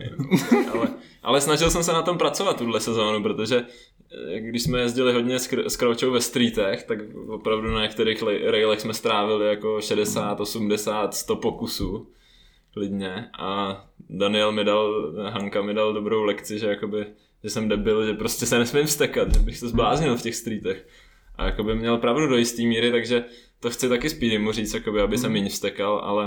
Ale snažil jsem se na tom pracovat tuhle sezónu, protože když jsme jezdili hodně s Kroučou ve streetech, tak opravdu na některých railech jsme strávili jako 60, 80, 100 pokusů klidně a Hanka mi dal dobrou lekci, že jakoby že jsem debil, že prostě se nesmím vstekat, že bych se zbláznil v těch streetech. A jakoby měl pravdu do jistý míry, takže to chci taky Speedymu říct, jakoby, aby se méně vstekal, ale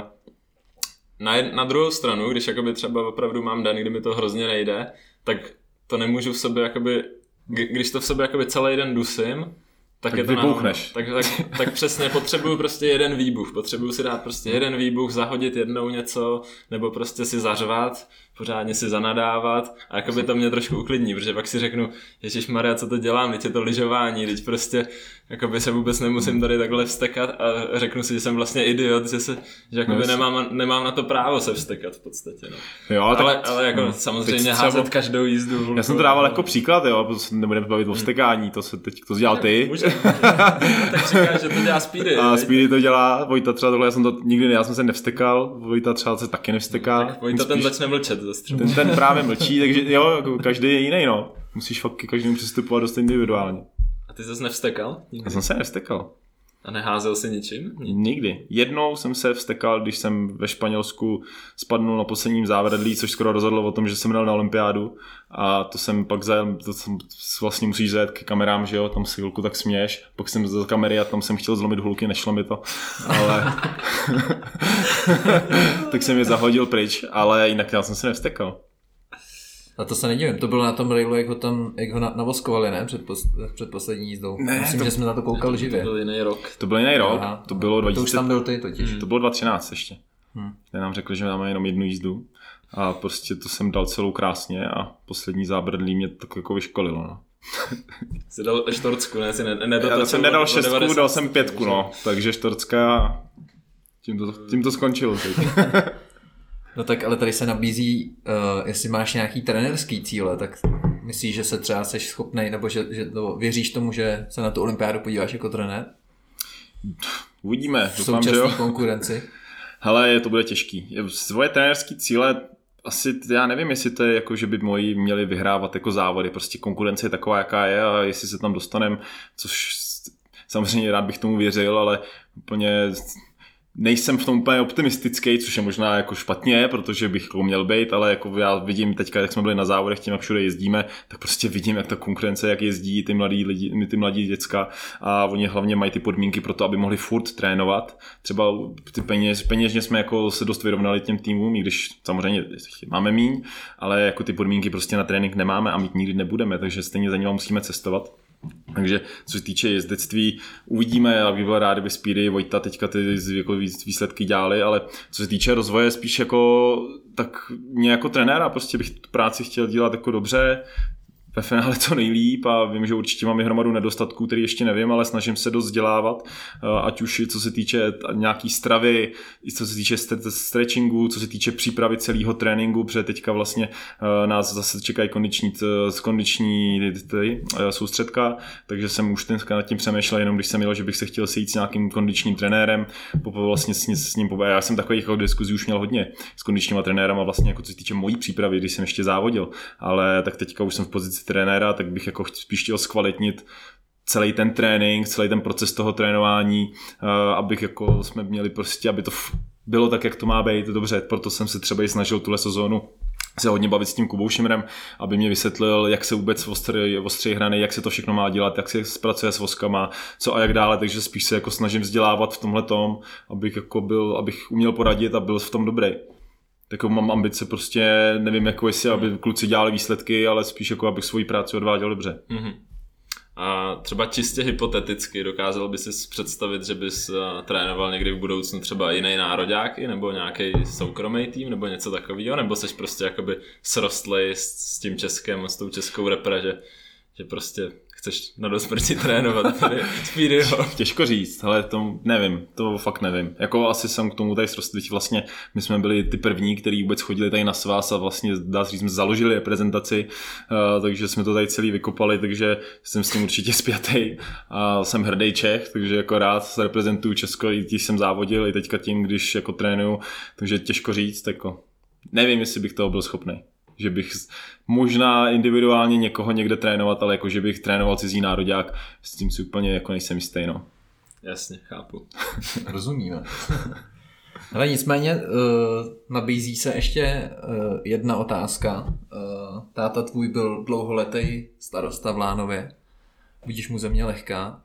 na druhou stranu, když jakoby třeba opravdu mám den, kdy mi to hrozně nejde, tak to nemůžu v sobě jakoby, když to v sobě jakoby celý den dusím, tak je to vybuchneš. Tak přesně potřebuju prostě jeden výbuch, potřebuju si dát prostě jeden výbuch, zahodit jednou něco, nebo prostě si zařvat, pořádně si zanadávat a jakoby to mě trošku uklidní, protože pak si řeknu, ježišmarja, co to dělám, teď je to lyžování, teď prostě jakoby se vůbec nemusím tady takhle vstekat a řeknu si, že jsem vlastně idiot, že jakoby nemám na to právo se vstekat v podstatě. No. Jo, ale jako samozřejmě házet každou jízdu. Já jsem to dával jako příklad, jo, protože nebudeme bavit o vstekání, to dělal ty. Tak říkáš, že to dělá Speedy. A Speedy to dělá, Vojta třeba tohle, já jsem se nevstekal, Vojta třeba se taky nevsteká. Tak Vojta ten začne mlčet. Ten právě mlčí, takže jo, jako každý je jiný, no. Musíš fakt k každému přistupovat dost individuálně. A ty jsi nevstekal? Já jsem se nevstekal. A neházel jsi ničím? Nikdy. Jednou jsem se vstekal, když jsem ve Španělsku spadnul na posledním závěrdlí, což skoro rozhodlo o tom, že jsem dal na olympiádu. A to jsem pak vlastně musíš zajet k kamerám, že jo, tam si chvilku tak směješ. Pak jsem za kamery a tam jsem chtěl zlomit hulky, nešlo mi to. Ale tak jsem je zahodil pryč, ale jinak já jsem se nevstekal. A to se nedivím, to bylo na tom railu, jak ho navoskovali, ne? Před poslední jízdou. Ne, myslím, že jsme na to koukali živě. To byl jiný rok. To byl jiný rok, Aha. To bylo 2000. To už tam byl ty totiž. To bylo 2013 ještě. Kde nám řekli, že máme jenom jednu jízdu. A prostě to jsem dal celou krásně a poslední zábrdlí mě tak jako vyškolilo, no. Jsi dal štorcku, ne? Já jsem nedal 6, dal jsem 5, no. Takže štorcka, tím to skončilo teď. No tak ale tady se nabízí, jestli máš nějaký trenérský cíle, tak myslíš, že se třeba seš schopnej, nebo že věříš tomu, že se na tu olympiádu podíváš jako trenér? Uvidíme, v současné konkurenci. Hele, to bude těžký. Svoje trenérský cíle, asi já nevím, jestli to je jako, že by moji měli vyhrávat jako závody. Prostě konkurence je taková, jaká je a jestli se tam dostaneme, což samozřejmě rád bych tomu věřil, ale úplně nejsem v tom úplně optimistický, což je možná jako špatně, protože bych měl být, ale jako já vidím teďka, jak jsme byli na závodech, tím jak všude jezdíme, tak prostě vidím, jak ta konkurence, jak jezdí ty mladí lidi, ty mladí děcka a oni hlavně mají ty podmínky pro to, aby mohli furt trénovat. Třeba ty peněžně jsme jako se dost vyrovnali těm týmům, i když samozřejmě máme míň, ale jako ty podmínky prostě na trénink nemáme a mít nikdy nebudeme, takže stejně za nimi musíme cestovat. Takže co se týče jezdectví, uvidíme, já bych byl rád, kdyby Speedy, Vojta teďka ty jako výsledky dělali, ale co se týče rozvoje, spíš jako tak mě jako trenéra, prostě bych tu práci chtěl dělat jako dobře, ve finále co nejlíp a vím, že určitě mám hromadu nedostatků, který ještě nevím, ale snažím se dost vzdělávat, ať už co se týče nějaký stravy, co se týče stretchingu, co se týče přípravy celého tréninku, protože teďka vlastně nás zase čekají kondiční soustředka, takže jsem už nad tím přemýšlel, jenom když jsem měl, že bych se chtěl sejít s nějakým kondičním trenérem, vlastně s ním já jsem takových diskuzí už měl hodně s kondičníma trenérama, vlastně jako co se týče mojí přípravy, když jsem ještě závodil, ale tak teďka už jsem v pozici trenéra, tak bych jako spíš chtěl zkvalitnit celý ten trénink, celý ten proces toho trénování, abych jako jsme měli prostě, aby to bylo tak, jak to má být dobře, proto jsem se třeba i snažil tuhle sezónu se hodně bavit s tím Kubou Šimrem, aby mě vysvětlil, jak se vůbec ostří hrany, jak se to všechno má dělat, jak se pracuje s voskama, co a jak dále, takže spíš se jako snažím vzdělávat v tomhletom, abych uměl poradit a byl v tom dobrý. Takovou mám ambice prostě, nevím jako jestli, aby kluci dělali výsledky, ale spíš jako abych svoji práci odváděl dobře. Mm-hmm. A třeba čistě hypoteticky dokázal bys si představit, že bys trénoval někdy v budoucnu třeba jiný nároďáky nebo nějaký soukromý tým nebo něco takového, nebo seš prostě jakoby srostlej s tím Českem, s tou českou repre, že prostě chceš na dosmrti trénovat Speedyho. Těžko říct, ale to fakt nevím. Jako asi jsem k tomu tady srostl, vlastně my jsme byli ty první, kteří vůbec chodili tady na svaz a vlastně dá se říct, jsme založili reprezentaci, takže jsme to tady celý vykopali, takže jsem s tím určitě spjatý a jsem hrdý Čech, takže jako rád reprezentuju Česko, i když jsem závodil, i teďka tím, když jako trénuju, takže těžko říct, jako nevím, jestli bych toho byl schopný. Že bych možná individuálně někoho někde trénovat, ale jako že bych trénoval cizí nároďák, s tím si úplně jako nejsem jistý, no. Jasně, chápu. Rozumíme. Ale nicméně nabízí se ještě jedna otázka. Táta tvůj byl dlouholetý starosta v Lánově, budíš mu země lehká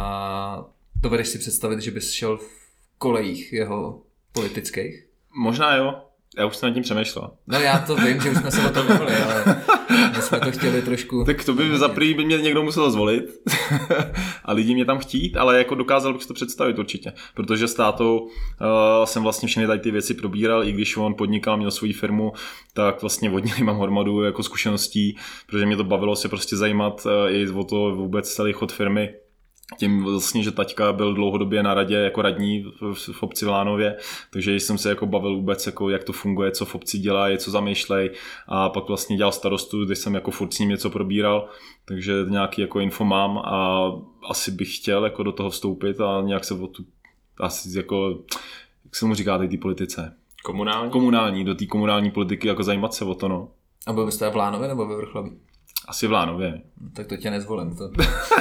a dovedeš si představit, že bys šel v kolejích jeho politických? Možná jo. Já už jsem nad tím přemýšlel. No já to vím, že už jsme se o tom bavili, ale my jsme to chtěli trošku... Tak to by za prvý by mě někdo musel zvolit a lidi mě tam chtít, ale jako dokázal bych si to představit určitě, protože s tátou jsem vlastně všechny tady ty věci probíral, i když on podnikal, měl svou firmu, tak vlastně od něj mám hromadu jako zkušeností, protože mě to bavilo se prostě zajímat i o to vůbec celý chod firmy. Tím vlastně, že taťka byl dlouhodobě na radě jako radní v obci v Lánově, takže jsem se jako bavil vůbec, jako jak to funguje, co v obci dělají, co zamýšlej, a pak vlastně dělal starostu, kde jsem jako furt s ním něco probíral, takže nějaký jako info mám a asi bych chtěl jako do toho vstoupit a nějak se o tu, asi jako, jak se mu říká tady té politice? Komunální, do té komunální politiky jako zajímat se o to, no. A byl byste v Lánově nebo ve Vrchlabí? Asi v Lánově. Tak to tě nezvolím, to...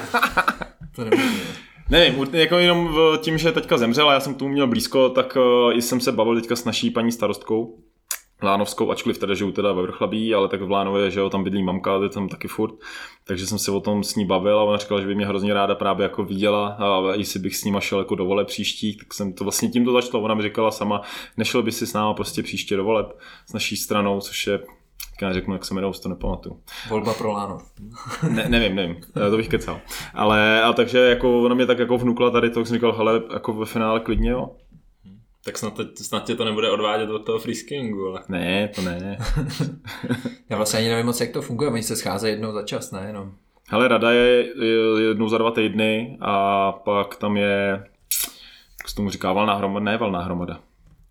Nevím, jako jenom tím, že teďka zemřel a já jsem k tomu měl blízko, tak jsem se bavil teďka s naší paní starostkou Lánovskou, ačkoliv teda žiju teda ve Vrchlabí, ale tak v Lánově, že jo, tam bydlí mamka, je tam taky furt, takže jsem se o tom s ní bavil a ona říkala, že by mě hrozně ráda právě jako viděla a jestli bych s ním šel jako do voleb příštích, tak jsem to vlastně tímto začal, ona mi říkala sama, nešel by si s náma prostě příště do voleb s naší stranou, což je, já řeknu, jak se jmenou, to nepamatuju. Volba pro Lánov. Nevím, to bych kecal. Ale a takže jako ona mě tak jako vnukla tady to, jak jsem říkal, hele, jako ve finále klidně, jo. Tak snad tě to nebude odvádět od toho freeskingu, ale... Ne, to ne. Já vlastně ani nevím moc, jak to funguje, oni se scházejí jednou za čas, ne jenom. Hele, rada je jednou za 2 týdny a pak tam je, jak se tomu říká, valná hromada.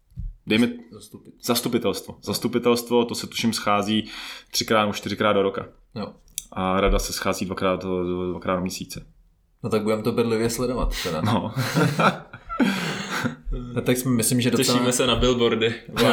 Zastupitelstvo, to se tuším schází 3x nebo 4x do roka. Jo. A rada se schází dvakrát do měsíce. No tak budeme to bedlivě sledovat teda. No. No, tak myslím, že docela... Těšíme se na billboardy.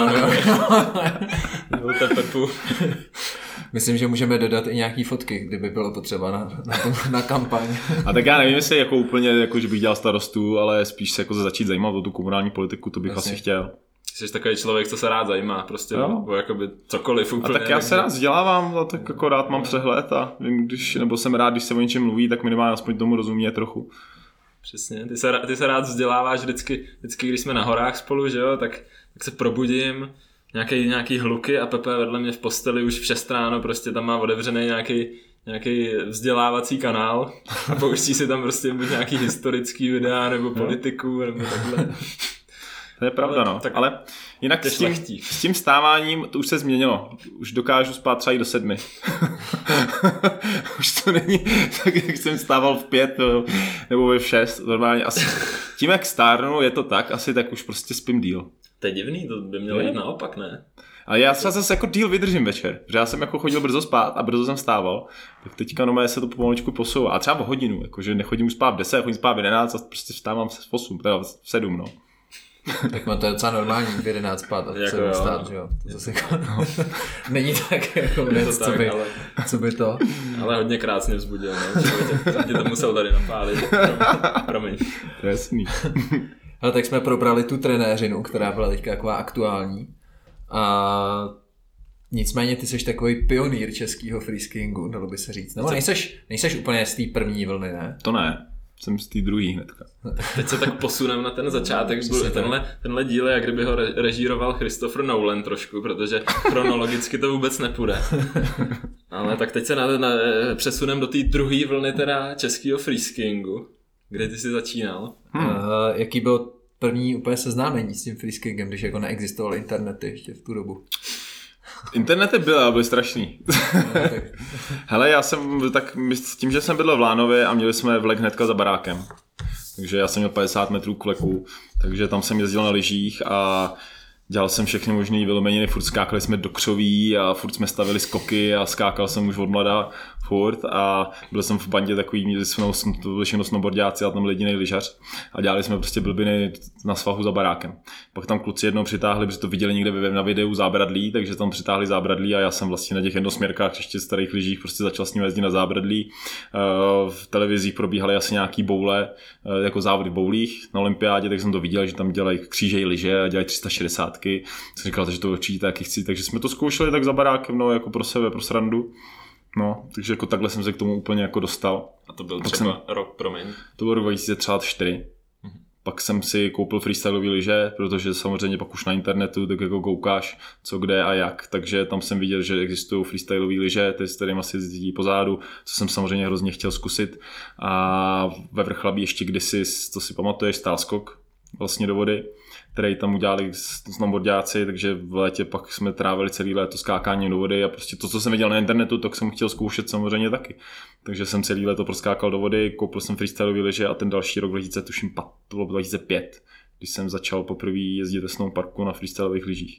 Myslím, že můžeme dodat i nějaký fotky, kdyby bylo potřeba na kampaň. A tak já nevím, jestli jako úplně, jako, že bych dělal starostu, ale spíš se jako začít zajímat o tu komunální politiku, to bych Vlastně. asi chtěl. Jsi takový člověk, co se rád zajímá, prostě o jakoby cokoliv úplně. A tak já se rád vzdělávám, a tak jako rád mám přehled a vím, nebo jsem rád, když se o něčem mluví, tak minimálně aspoň tomu rozumí trochu. Přesně, ty se rád vzděláváš vždycky, když jsme na horách spolu, že jo, tak se probudím, nějaký hluky a Pepe vedle mě v posteli už v 6 ráno, prostě tam má otevřený nějaký vzdělávací kanál a pouští si tam prostě buď nějaký historický videa nebo politiku nebo takhle. To je pravda, no. Ale jinak s tím stáváním to už se změnilo. Už dokážu spát třeba i do 7. Už to není tak, jak jsem stával v 5 nebo v 6. Normálně asi. Tím, jak stárnu, je to tak, asi tak už prostě spím díl. To je divný, to by mělo jít naopak, ne? Ale já třeba zase jako díl vydržím večer, protože já jsem jako chodil brzo spát a brzo jsem stával, tak teďka no se to pomaličku posouvá. A třeba o hodinu, jakože nechodím už spát v 10, chodím spát v 11 a prostě vstávám v 8, teda v 7, no. Tak to je docela normální v 11 spát a v 7 stát, že jo. To zase jako, není tak jako věc, co by to. Ale hodně krásně vzbudil, no. Tě to musel tady napálit. Promiň. To je jasný. Ale tak jsme probrali tu trenéřinu, která byla teďka taková aktuální. A nicméně ty jsi takový pionýr českého freeskingu, dalo by se říct. Nebo nejseš úplně z té první vlny, ne? To ne. Jsem z té druhý hnedka. Teď se tak posunem na ten začátek. Tenhle díl je, jak kdyby ho režíroval Christopher Nolan trošku, protože chronologicky to vůbec nepůjde. Ale tak teď se přesunem do té druhé vlny teda českého freeskingu. Kde ty jsi začínal? Jaký byl první úplně seznámení s tím freeskingem, když jako neexistovaly internety ještě v tu dobu? Internety byly strašný. Hele, já jsem tak tím, že jsem bydlel v Lánově a měli jsme vlek hnedka za barákem. Takže já jsem měl 50 metrů k vleku, takže tam jsem jezdil na lyžích a dělal jsem všechny možný vylomeniny, furt skákali jsme do křoví a furt jsme stavili skoky a skákal jsem už od mlada furt a byl jsem v bandě takový, to byli všechno snowboardiáci a tam jedinej lyžař a dělali jsme prostě blbiny na svahu za barákem. Pak tam kluci jednou přitáhli, protože to viděli někde na videu zábradlí, takže tam přitáhli zábradlí a já jsem vlastně na těch jednosměrkách ještě starých lyžích prostě začal s ním jezdit na zábradlí. V televizích probíhaly asi nějaký boule, jako závody v boulích na olympiádě, tak jsem to viděl, že tam dělají křížej lyže a dělají 360. Jsem říkal, že to určitě taky chci, takže jsme to zkoušeli tak za barákem, no, jako pro sebe, pro srandu. No, takže jako takhle jsem se k tomu úplně jako dostal. A to byl třeba rok, promiň? To byl rok 2004. Pak jsem si koupil freestyleové lyže, protože samozřejmě pak už na internetu tak jako koukáš, co kde a jak. Takže tam jsem viděl, že existují freestylové lyže, ty s kterými asi jezdí po zádu, co jsem samozřejmě hrozně chtěl zkusit. A ve Vrchlabí ještě kdysi, to si pamatuješ, stál skok vlastně do vody, který tam udělali snowboardáci, takže v létě pak jsme trávili celý léto skákání do vody a prostě to, co jsem viděl na internetu, tak jsem chtěl zkoušet samozřejmě taky. Takže jsem celý léto proskákal do vody, koupil jsem freestyleové lyže a ten další rok 2005, když jsem začal poprvé jezdit ve snowparku na freestylových lyžích.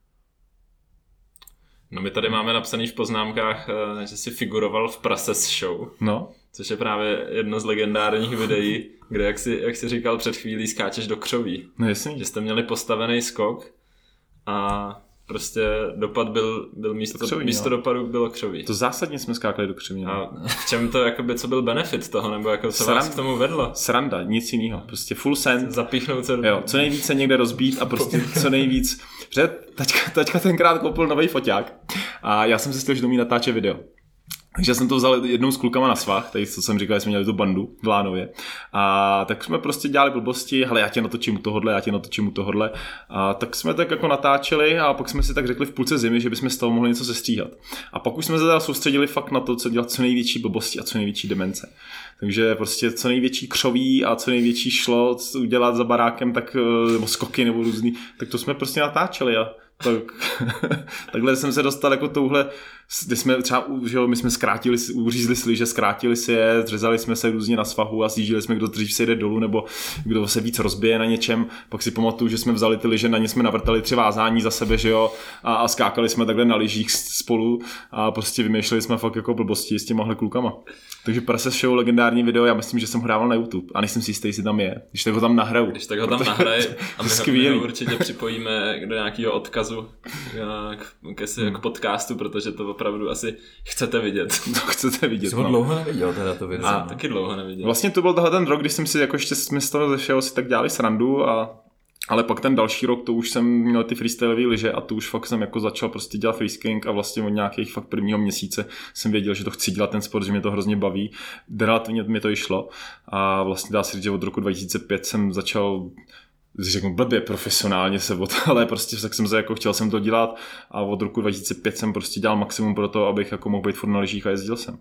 No my tady máme napsaný v poznámkách, že jsi figuroval v Prases Show. No. Což je právě jedno z legendárních videí, kde, jak jsi říkal před chvílí, skáčeš do křoví. No jasný. Že jste měli postavený skok a prostě dopad byl místo dopadu bylo křoví. To zásadně jsme skákali do křoví. A v čem to, jakoby, co byl benefit toho, nebo jako, co vás k tomu vedlo? Sranda, nic jiného. Prostě full send. Zapíchnout se. Jo, co nejvíce někde rozbít a prostě co nejvíc. Protože taťka tenkrát koupil nový foťák a já jsem si chtěl, že umí natáčet video. Takže jsem to vzal jednou s klukama na svah, tady co jsem říkal, že jsme měli tu bandu v Lánově. A tak jsme prostě dělali blbosti, hele, já tě natočím u tohodle. A tak jsme tak jako natáčeli a pak jsme si tak řekli v půlce zimy, že bychom z toho mohli něco sestříhat. A pak už jsme se teda soustředili fakt na to, co dělat co největší blbosti a co největší demence. Takže prostě co největší křoví a co největší šlo udělat za barákem, tak, nebo skoky nebo různý, tak to jsme prostě natáčeli a takhle jsem se dostal jako touhle, kdy jsme třeba, že jo, my jsme uřízli sliže, zkrátili si je, řezali jsme se různě na svahu a sjížděli jsme, kdo dřív se jde dolů, nebo kdo se víc rozbije na něčem. Pak si pamatuju, že jsme vzali ty liže, na ně jsme navrtali 3 vázání za sebe, že jo, a skákali jsme takhle na lyžích spolu a prostě vymýšleli jsme fakt jako blbosti s těmahle klukama. Takže Prases Show, legendární video, já myslím, že jsem ho dával na YouTube a nejsem si jistý, jestli tam je. Když tak ho tam nahraju. Když tak ho tam nahraj a my ho určitě připojíme do nějakého odkazu k podcastu, protože to opravdu asi chcete vidět. To chcete vidět. Jsem ho dlouho neviděl teda to video. Taky dlouho neviděl. Vlastně to byl ten rok, když jsem si jako ještě jsme z toho ze všeho si tak dělali srandu ale pak ten další rok, to už jsem měl ty freestylové lyže a to už fakt jsem jako začal prostě dělat freeskiing a vlastně od nějakých fakt prvního měsíce jsem věděl, že to chci dělat ten sport, že mě to hrozně baví. Relativně mi to i šlo a vlastně dá se říct, že od roku 2005 jsem začal řeknu blbě profesionálně ale prostě tak jsem se jako chtěl jsem to dělat a od roku 2005 jsem prostě dělal maximum pro to, abych jako mohl být furt na lyžích a jezdil jsem.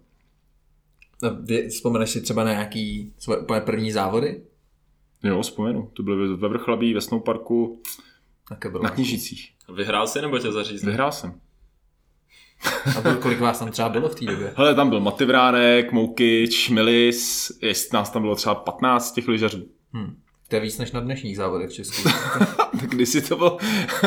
Vzpomeneš si třeba na nějaký svoje úplně první závody? Jo, vzpomenu. To bylo ve Vrchlabí, ve snowparku, na Kněžicích. Vyhrál jsi nebo tě zařízl? Vyhrál jsem. A kolik vás tam třeba bylo v té době? Hele, tam byl Mativránek, Moukyč, Milis, nás tam bylo třeba 15 těch lyžařů. To je víc než na dnešních závodech v Česku. Tak kdysi to bylo...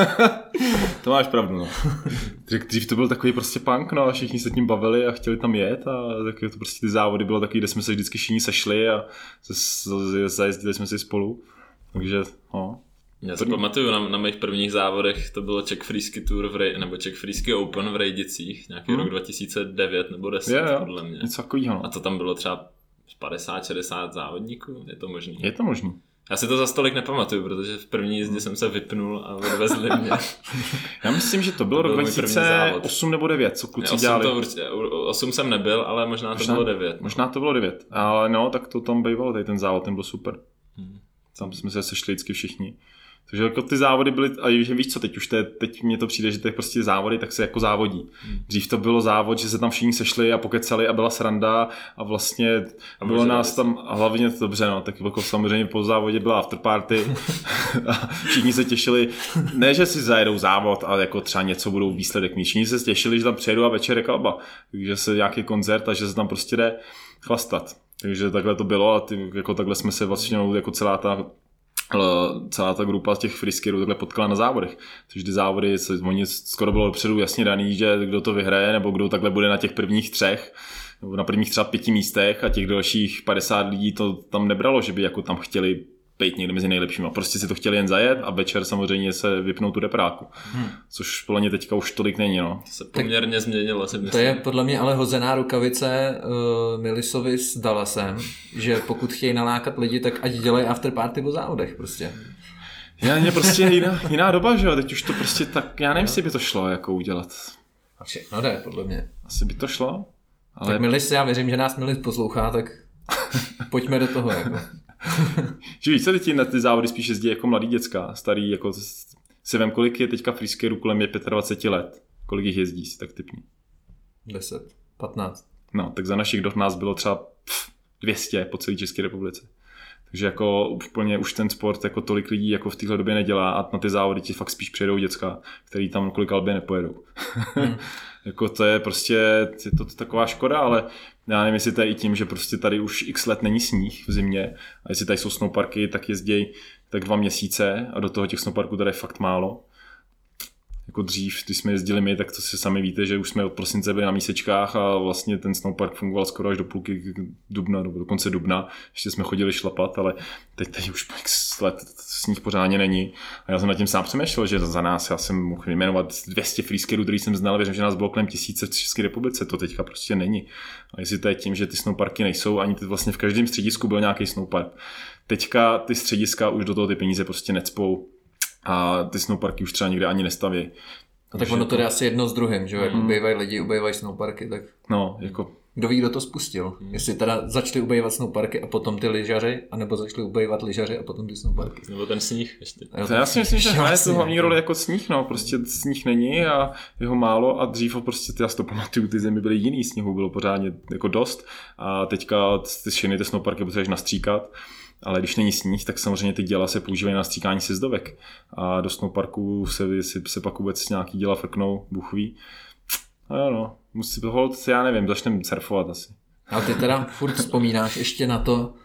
To máš pravdu, no. Dřív to byl takový prostě punk, no a všichni se tím bavili a chtěli tam jet a tak to prostě ty závody bylo takový, kde jsme se vždycky všichni sešli a zajezdili jsme si spolu. Takže, no. Já si pamatuju na mých prvních závodech, to bylo Czech Freeski Tour nebo Czech Freeski Open v Rejdicích, nějaký rok 2009 nebo 10 podle mě. Něco takovýho, no. A to tam bylo třeba 50-60 závodníků, je to možný? Je to možný. Já si to za stolik nepamatuju, protože v první jízdě jsem se vypnul a odvezli mě. Já myslím, že to byl rok 2008 nebo 9, co kluci dělali. 8 jsem nebyl, ale možná to bylo 9. Možná to bylo 9, ale no, tak to tam bývalo, tady ten závod, ten byl super. Tam jsme se sešli vždycky všichni. Takže jako ty závody byly, a víš co, teď mně to přijde, že ty prostě závody tak se jako závodí. Dřív to bylo závod, že se tam všichni sešli a pokecali a byla sranda a vlastně bylo nás tam, a hlavně dobře, no, tak jako samozřejmě po závodě byla afterparty a všichni se těšili, ne, že si zajedou závod a jako třeba něco budou výsledek mít, všichni se těšili, že tam přijedu a večer je kalba, takže se nějaký koncert a že se tam prostě jde chlastat. Takže takhle to bylo a jako takhle jsme se vlastně jako celá ta grupa těch freeskierů takhle potkala na závodech. Takže ty závody, oni skoro bylo dopředu jasně daný, že kdo to vyhraje, nebo kdo takhle bude na těch prvních 3, nebo na prvních třeba 5 místech a těch dalších 50 lidí to tam nebralo, že by jako tam chtěli být někde mezi nejlepšíma. Prostě si to chtěli jen zajet a večer samozřejmě se vypnout tu repráku. Což podle mě teďka už tolik není, no. To se poměrně změnilo. To je podle mě ale hozená rukavice Milisovi s Dallasem, že pokud chtějí nalákat lidi, tak ať dělají afterparty po závodech prostě. Je prostě jiná doba, že jo, teď už to prostě tak, já nevím, jestli by to šlo jako udělat. A všechno jde, podle mě. Asi by to šlo. Ale... Tak Milis, já věřím, že nás Milis poslouchá, tak pojďme do toho, jako. Že víš, co teď na ty závody spíš jezdí jako mladý děcka, starý, jako si vem, kolik je teďka freeskaterů kolem je 25 let. Kolik jich jezdí, si tak typní. 10, 15. No, tak za našich dob nás bylo třeba 200 po celé České republice. Takže jako úplně už ten sport jako tolik lidí jako v téhle době nedělá a na ty závody ti fakt spíš přijedou děcka, který tam kolik albě nepojedou. Jako to je prostě, je to taková škoda, ale já nevím, jestli to je i tím, že prostě tady už x let není sníh v zimě a jestli tady jsou snowparky, tak jezdí tak 2 měsíce a do toho těch snowparků tady je fakt málo. Jako dřív, když jsme jezdili my, tak to si sami víte, že už jsme od prosince byli na mísečkách a vlastně ten snowpark fungoval skoro až do půlky dubna, do konce dubna. Ještě jsme chodili šlapat, ale teď už x let sníh pořádně není. A já jsem nad tím sám přemýšlel, že za nás, já jsem mohl vyjmenovat 200 freeskaterů, který jsem znal, věřím, že nás bylo kolem 1000 v České republice, to teďka prostě není. A jestli to je tím, že ty snowparky nejsou, ani ty vlastně v každém středisku byl nějaký snowpark. Teďka ty střediska už do toho ty peníze prostě necpou. A ty snowparky už třeba nikde ani nestaví. No tak ono to jde asi jedno s druhým, že jo? Jak ubývají lidi, ubývají snowparky, tak... No, jako... Kdo ví, kdo to spustil? Jestli teda začali ubývat snowparky a potom ty lyžaři, anebo začali ubývat lyžaři a potom ty snowparky. Nebo ten sníh ještě. Já si myslím, že hraje tu hlavní roli jako sníh, no. Prostě sníh není a jeho málo a dřív prostě, já si to pamatuju, ty zemi byly jiný, sněhu bylo pořádně jako dost a teďka všechny ty snowparky potřebuješ nastříkat. Ale když není sníh, tak samozřejmě ty děla se používají na stříkání sjezdovek. A do snowparku se pak vůbec nějaký děla frknou, Bůh ví. A jo no, musí to já nevím, začneme surfovat asi. A ty teda furt vzpomínáš ještě na to,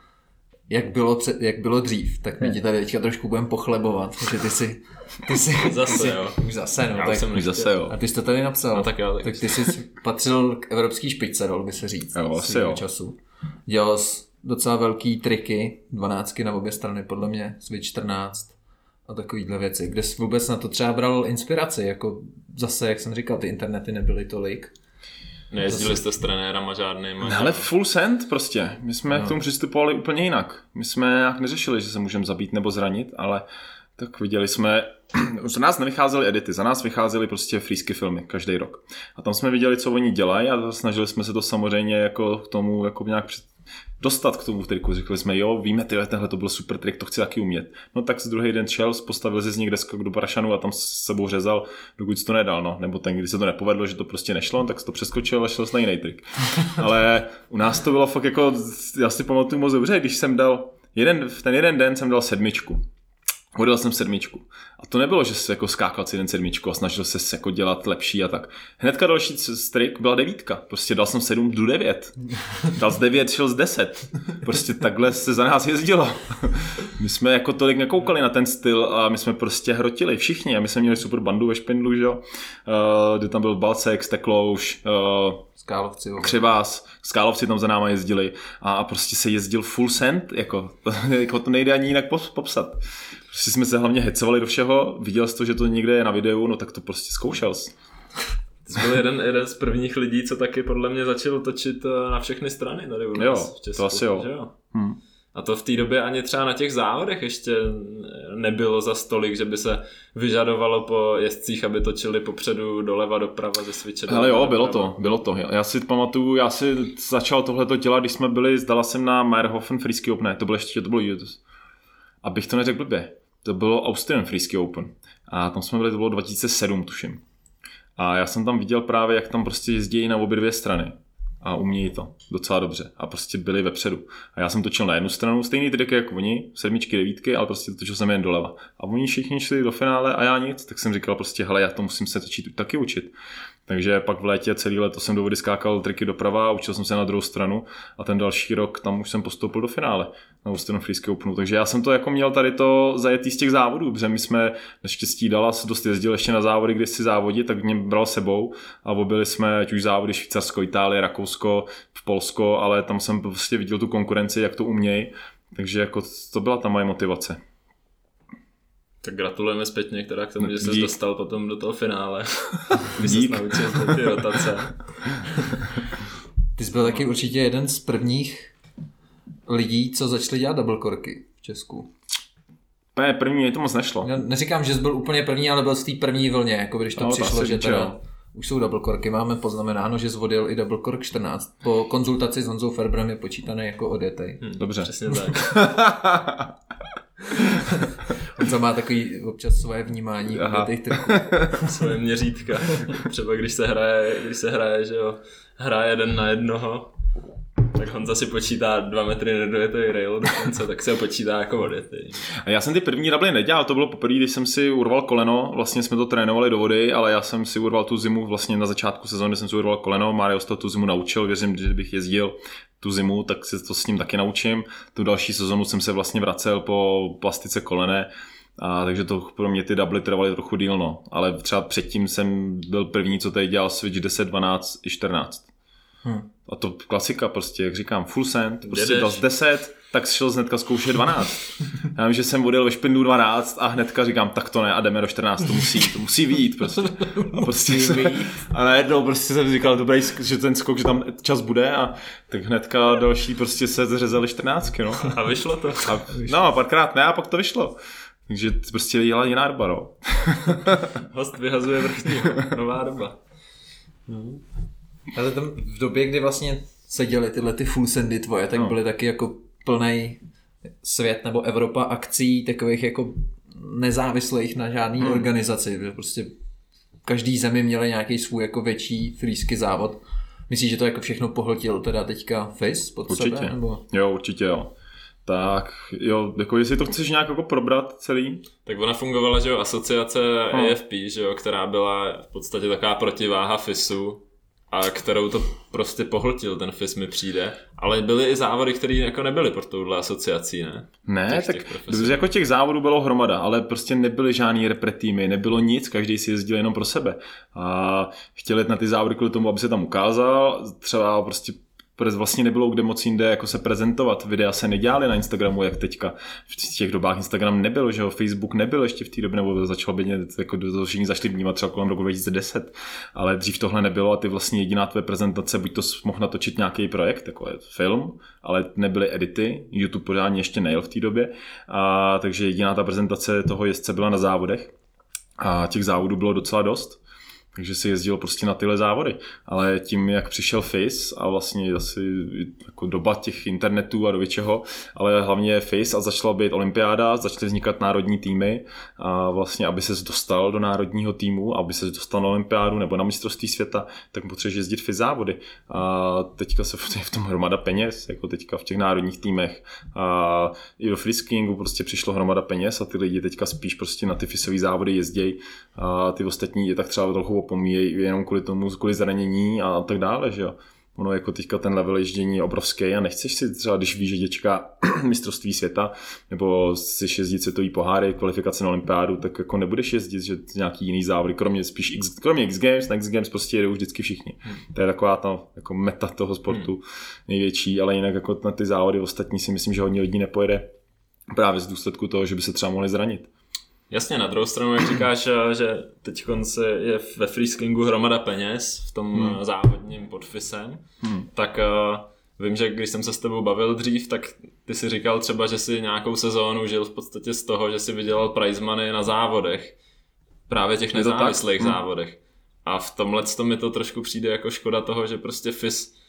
jak bylo dřív, tak my ti tady teďka trošku budeme pochlebovat, že ty si zase, jo. Už zase, no. Já tak, jsem už zase, jo. A ty jsi to tady napsal. No, tak ty jsi patřil k evropský špičce, dalo by se říct. Jo, asi jo. Času. Dělal jsi docela velký triky, 12 na obě strany, podle mě, Switch 14 a takovýhle věci. Kde jsi vůbec na to třeba bral inspiraci, jako zase, jak jsem říkal, ty internety nebyly tolik. Nejezdili jste s trenérama žádnýma? Ale full send prostě. My jsme k tomu přistupovali úplně jinak. My jsme nějak neřešili, že se můžeme zabít nebo zranit, ale tak viděli jsme, za nás nevycházely edity, za nás vycházely prostě freesky filmy každý rok. A tam jsme viděli, co oni dělají a snažili jsme se to samozřejmě jako k tomu jako nějak dostat k tomu triku. Řekli jsme, jo, víme, tenhle to byl super trik, to chci taky umět. No tak z druhý den šel, postavil si z nich desku do parašanu a tam s sebou řezal, dokud to nedal, no. Nebo ten, když se to nepovedlo, že to prostě nešlo, tak se to přeskočil a šel na jiný trik. Ale u nás to bylo fakt jako, já si pamatuju moc dobře, když jsem dal, ten jeden den jsem dal 7. Hodil jsem 7. A to nebylo, že se jako skákal si 7 a snažil se jako dělat lepší a tak. Hnedka další trik byla 9. Prostě dal jsem 7, jdu 9. Dal z 9, šel z 10. Prostě takhle se za nás jezdilo. My jsme jako tolik nekoukali na ten styl a my jsme prostě hrotili všichni. A my jsme měli super bandu ve Špindlu, že jo. Kde tam byl Balcek, Steklouš, Skálovci, Křivás, Skálovci tam za náma jezdili a prostě se jezdil full send, jako to nejde ani jinak popsat. Prostě jsme se hlavně hecovali do všeho, viděl jsi to, že to někde je na videu, no tak to prostě zkoušel jsi. Ty jsi byl jeden z prvních lidí, co taky podle mě začal točit na všechny strany tady u nás v Česku. To asi jo. A to v té době ani třeba na těch závodech ještě nebylo za stolik, že by se vyžadovalo po jezdcích, aby točili popředu, doleva, doprava, ze switche. Ale jo, bylo to. Já si pamatuju, já si začal tohleto dělat, když jsme byli, zdala jsem na Meyerhofen Freeski Open, to bylo abych to neřekl blbě, to bylo Austrian Freeski Open a tam jsme byli, to bylo 2007 tuším. A já jsem tam viděl právě, jak tam prostě jezdí na obě dvě strany. A umějí to docela dobře. A prostě byli vepředu. A já jsem točil na jednu stranu, stejný trik jako oni, 7, 9, ale prostě točil jsem jen doleva. A oni všichni šli do finále a já nic, tak jsem říkal prostě, hele, já to musím se točit taky učit. Takže pak v létě celý léto jsem do vody skákal triky doprava a učil jsem se na druhou stranu a ten další rok tam už jsem postoupil do finále na Austrian Freeski Openu. Takže já jsem to jako měl tady to zajetý z těch závodů, protože my jsme naštěstí Dallas dost jezdil ještě na závody, kde si závodit, tak mě bral sebou a objeli jsme ať už závody Švýcarsko, Itálie, Rakousko, Polsko, ale tam jsem prostě viděl tu konkurenci, jak to umějí, takže jako to byla ta moje motivace. Tak gratulujeme zpětně teda k tomu, že jsi dostal potom do toho finále, když jsi naučil ty rotace. Ty jsi byl taky určitě jeden z prvních lidí, co začali dělat double corky v Česku. První, mě to moc nešlo. Já neříkám, že jsi byl úplně první, ale byl z té první vlně, jako když to přišlo, že teda už jsou double corky, máme poznamenáno, že zvodil i double cork 14. Po konzultaci s Honzou Ferbrem je počítaný jako odjetej. Dobře. Přesně tak. Honza má takový občas svoje vnímání odjetejch triků. Svoje měřítka. Třeba když se hraje, že jo, hraje 1-1, tak Honza si počítá 2 metry nedojetý rail dokonce, tak se ho počítá jako odjetý. A já jsem ty první double nedělal, to bylo poprvé, když jsem si urval koleno, vlastně jsme to trénovali do vody, ale já jsem si urval tu zimu vlastně na začátku sezóny, jsem si urval koleno, Mario to tu zimu naučil, věřím, že bych jezdil tu zimu, tak se to s ním taky naučím. Tu další sezonu jsem se vlastně vracel po plastice kolene, a takže to pro mě ty double trvaly trochu díl, no. Ale třeba předtím jsem byl první, co tady dělal switch 10, 12 i 14. A to klasika prostě, jak říkám, full send, prostě dal z 10, tak šel hnedka zkoušet 12. Já vím, že jsem odjel ve špindu 12 a hnedka říkám, tak to ne, a jdeme do 14, to musí vyjít prostě. A prostě a najednou prostě jsem říkal, dobrý, že ten skok, že tam čas bude a tak hnedka další prostě se zřezali 14, no. A vyšlo to. No, párkrát ne, a pak to vyšlo. Takže prostě jela jiná doba, no. Host vyhazuje vrchního, nová doba. Ale tam v době, kdy vlastně se děly tyhle ty full sandy tvoje, tak byly taky jako plnej svět nebo Evropa akcí takových jako nezávislých na žádný organizaci, že prostě každý zemi měli nějaký svůj jako větší freeski závod. Myslíš, že to jako všechno pohltil teda teďka FIS pod sebe? Nebo? Jo, určitě jo. Tak jo, jako jestli to chceš nějak jako probrat celý? Tak ona fungovala, že jo, asociace AFP, že jo, která byla v podstatě taková protiváha FISu, a kterou to prostě pohltil, ten FIS mi přijde. Ale byly i závody, které jako nebyly pod touhle asociací, ne? Ne, tak jako těch závodů bylo hromada, ale prostě nebyly žádný repre týmy, nebylo nic, každý si jezdil jenom pro sebe. A chtěl jít na ty závody kvůli tomu, aby se tam ukázal, třeba prostě vlastně nebylo kde moc jinde jako se prezentovat. Videa se nedělaly na Instagramu, jak teďka. V těch dobách Instagram nebyl, že jo, Facebook nebyl ještě v té době, nebo začal být jako všichni zašli vnímat třeba kolem roku 2010, ale dřív tohle nebylo a ty vlastně jediná tvoje prezentace, buď to mohl natočit nějaký projekt, jako je film, ale nebyly edity, YouTube pořádně ještě nejel v té době, a takže jediná ta prezentace toho jezdce byla na závodech a těch závodů bylo docela dost. Takže se jezdilo prostě na tyhle závody. Ale tím, jak přišel FIS a vlastně asi jako doba těch internetů a do věčeho, ale hlavně FIS a začala být olympiáda, začaly vznikat národní týmy a vlastně, aby ses dostal do národního týmu, aby ses dostal na olympiádu nebo na mistrovství světa, tak potřebuješ jezdit FIS závody. A teďka se v tom hromada peněz, jako teďka v těch národních týmech. A i do freeskingu prostě přišlo hromada peněz a ty lidi teďka spíš prostě na ty FISové závody jezdějí a ty ostatní je tak třeba trochu opomíjejí jenom kvůli tomu, kvůli zranění a tak dále, že jo. Ono jako teďka ten level ježdění je obrovský a nechceš si třeba, když víš, že děčka mistrovství světa nebo chceš jezdit světový poháry, kvalifikace na olympiádu, tak jako nebudeš jezdit, že nějaký jiný závody, kromě X Games, na X Games prostě jedou vždycky všichni. To je taková ta jako meta toho sportu největší, ale jinak jako na ty závody ostatní si myslím, že hodně lidí nepojede právě z důsledku toho, že by se třeba mohli zranit. Jasně, na druhou stranu, jak říkáš, že teď je ve freeskingu hromada peněz v tom závodním pod FISem, tak vím, že když jsem se s tebou bavil dřív, tak ty si říkal třeba, že si nějakou sezónu žil v podstatě z toho, že si vydělal prize money na závodech, právě těch nezávislých závodech. A v tomhle mi to trošku přijde jako škoda toho, že prostě FIS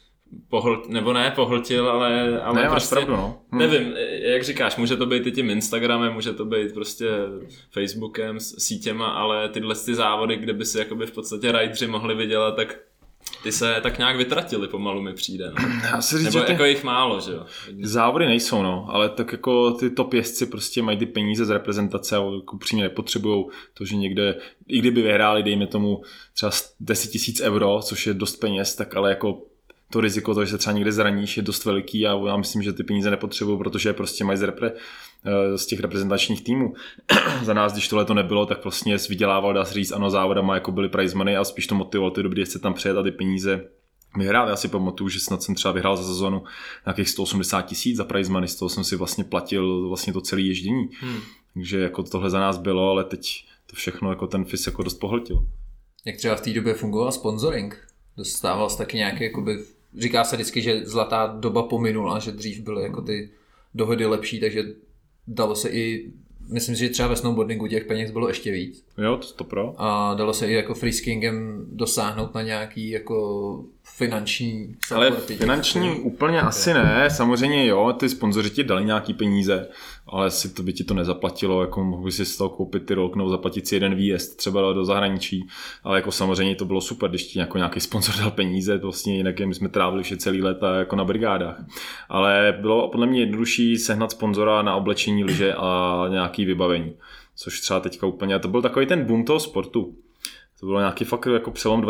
pohltil, ale ne, prostě, pravdu, no. Nevím, jak říkáš, může to být i tím Instagramem, může to být prostě Facebookem, sítěma, ale tyhle ty závody, kde by si jakoby v podstatě rideři mohli vydělat, tak ty se tak nějak vytratili pomalu mi přijde. No. Nebo jako jich málo, že jo? Závody nejsou, no, ale tak jako ty top jezdci prostě mají ty peníze z reprezentace a jako přímě nepotřebujou to, že někde, i kdyby vyhráli, dejme tomu třeba 10 000 euro, což je dost peněz, tak ale jako to riziko toho, že se třeba někde zraníš, je dost veliký a já myslím, že ty peníze nepotřebují, protože prostě mají z těch reprezentačních týmů. Za nás, když tohle to nebylo, tak vlastně vydělával, dá se říct, ano, závodama jako byly prize money a spíš to motivoval ty dobrý, se tam přijet a ty peníze vyhrát. Já si pamatuju, že snad jsem třeba vyhrál za sezonu nějakých 180 000 za prize money, z toho jsem si vlastně platil vlastně to celé ježdění. Takže jako tohle za nás bylo, ale teď to všechno jako ten FIS jako dost pohltil. Jak třeba v té době fungoval sponsoring? Dostával jsi taky nějaké, jakoby, říká se vždycky, že zlatá doba pominula, že dřív byly jako ty dohody lepší, takže dalo se i myslím si, že třeba ve snowboardingu těch peněz bylo ještě víc. Jo, to pro. A dalo se i jako freeskingem dosáhnout na nějaký jako finanční supporty. Ale finanční úplně asi ne, samozřejmě jo, ty sponzoři ti dali nějaký peníze, ale si to by ti to nezaplatilo, jako mohl by si z toho koupit ty rolknou, zaplatit si jeden výjezd třeba do zahraničí, ale jako samozřejmě to bylo super, když ti jako nějaký sponzor dal peníze, vlastně jinak my jsme trávili vše celý léta jako na brigádách. Ale bylo podle mě jednodušší sehnat sponzora na oblečení lyže a nějaký vybavení, což třeba teďka úplně, to byl takový ten boom toho sportu. To bylo nějaký fakt jako přelom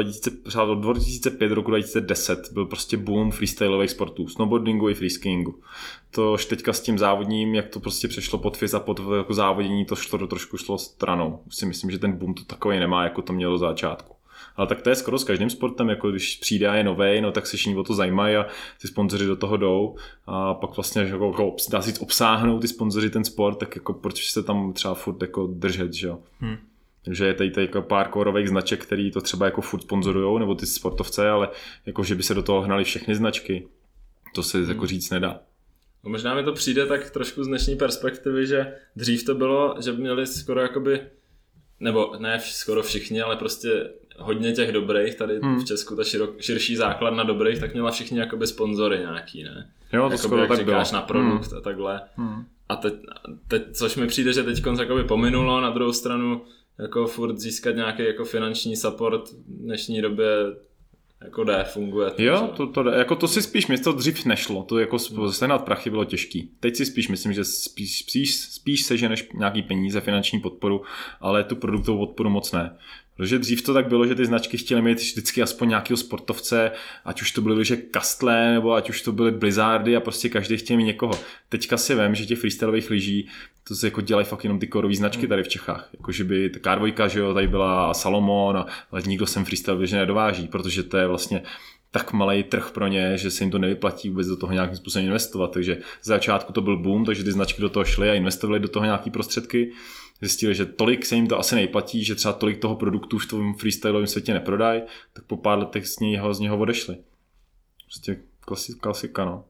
2005 do roku 2010, byl prostě boom freestyleových sportů, snowboardingu i freeskiingu. To už teďka s tím závodním, jak to prostě přešlo pod FIS a pod jako závodění, to trošku šlo stranou. Už si myslím, že ten boom to takový nemá, jako to mělo začátku. Ale tak to je skoro s každým sportem, jako když přijde a je novej, no tak se všichni o to zajímají a ty sponzoři do toho jdou a pak vlastně jako dá si obsáhnou ty sponzoři ten sport, tak jako proč se tam třeba furt jako držet, že jo. Takže je tady jako pár kórových značek, který to třeba jako furt sponzorujou, nebo ty sportovce, ale jako že by se do toho hnali všechny značky, to se jako říct nedá. No možná mi to přijde tak trošku z dnešní perspektivy, že dřív to bylo, že by měli skoro jakoby, nebo ne skoro všichni, ale prostě hodně těch dobrých, tady v Česku ta širší základna dobrých, tak měla všichni jakoby sponzory nějaký, ne? Jo, to jakoby, skoro tak bylo. Na produkt a takhle. A teď, což mi přijde, že teď jakoby pominulo, na druhou stranu jako furt získat nějaký jako finanční support v dnešní době jako funguje. Jo, jako to si spíš to dřív nešlo, to jako sehnat prachy bylo těžký. Teď si spíš myslím, že spíš seženeš nějaký peníze, finanční podporu, ale tu produktovou podporu moc ne. Protože dřív to tak bylo, že ty značky chtěly mít vždycky aspoň nějakého sportovce, ať už to byly lyže Kastle, nebo ať už to byly Blizzardy a prostě každý chtěl mít někoho. Teďka si vím, že těch freestyleových lyží to se jako dělají fakt jenom ty korový značky tady v Čechách. Jako že by K2, že jo, tady byla Salomon, ale nikdo sem freestyle lyže nedováží, protože to je vlastně tak malý trh pro ně, že se jim to nevyplatí vůbec do toho nějakým způsobem investovat. Takže z začátku to byl boom, takže ty značky do toho šly a investovali do toho nějaký prostředky. Zjistili, že tolik se jim to asi nejplatí, že třeba tolik toho produktu v tom freestyleovém světě neprodají, tak po pár letech z něho odešli. Prostě klasika, no.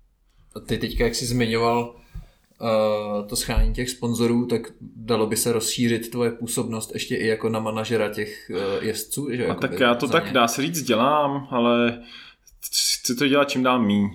A ty teďka, jak jsi zmiňoval to shánění těch sponzorů, tak dalo by se rozšířit tvoje působnost ještě i jako na manažera těch jezdců? Že? A tak já to tak dá se říct dělám, ale chci to dělat čím dál míň.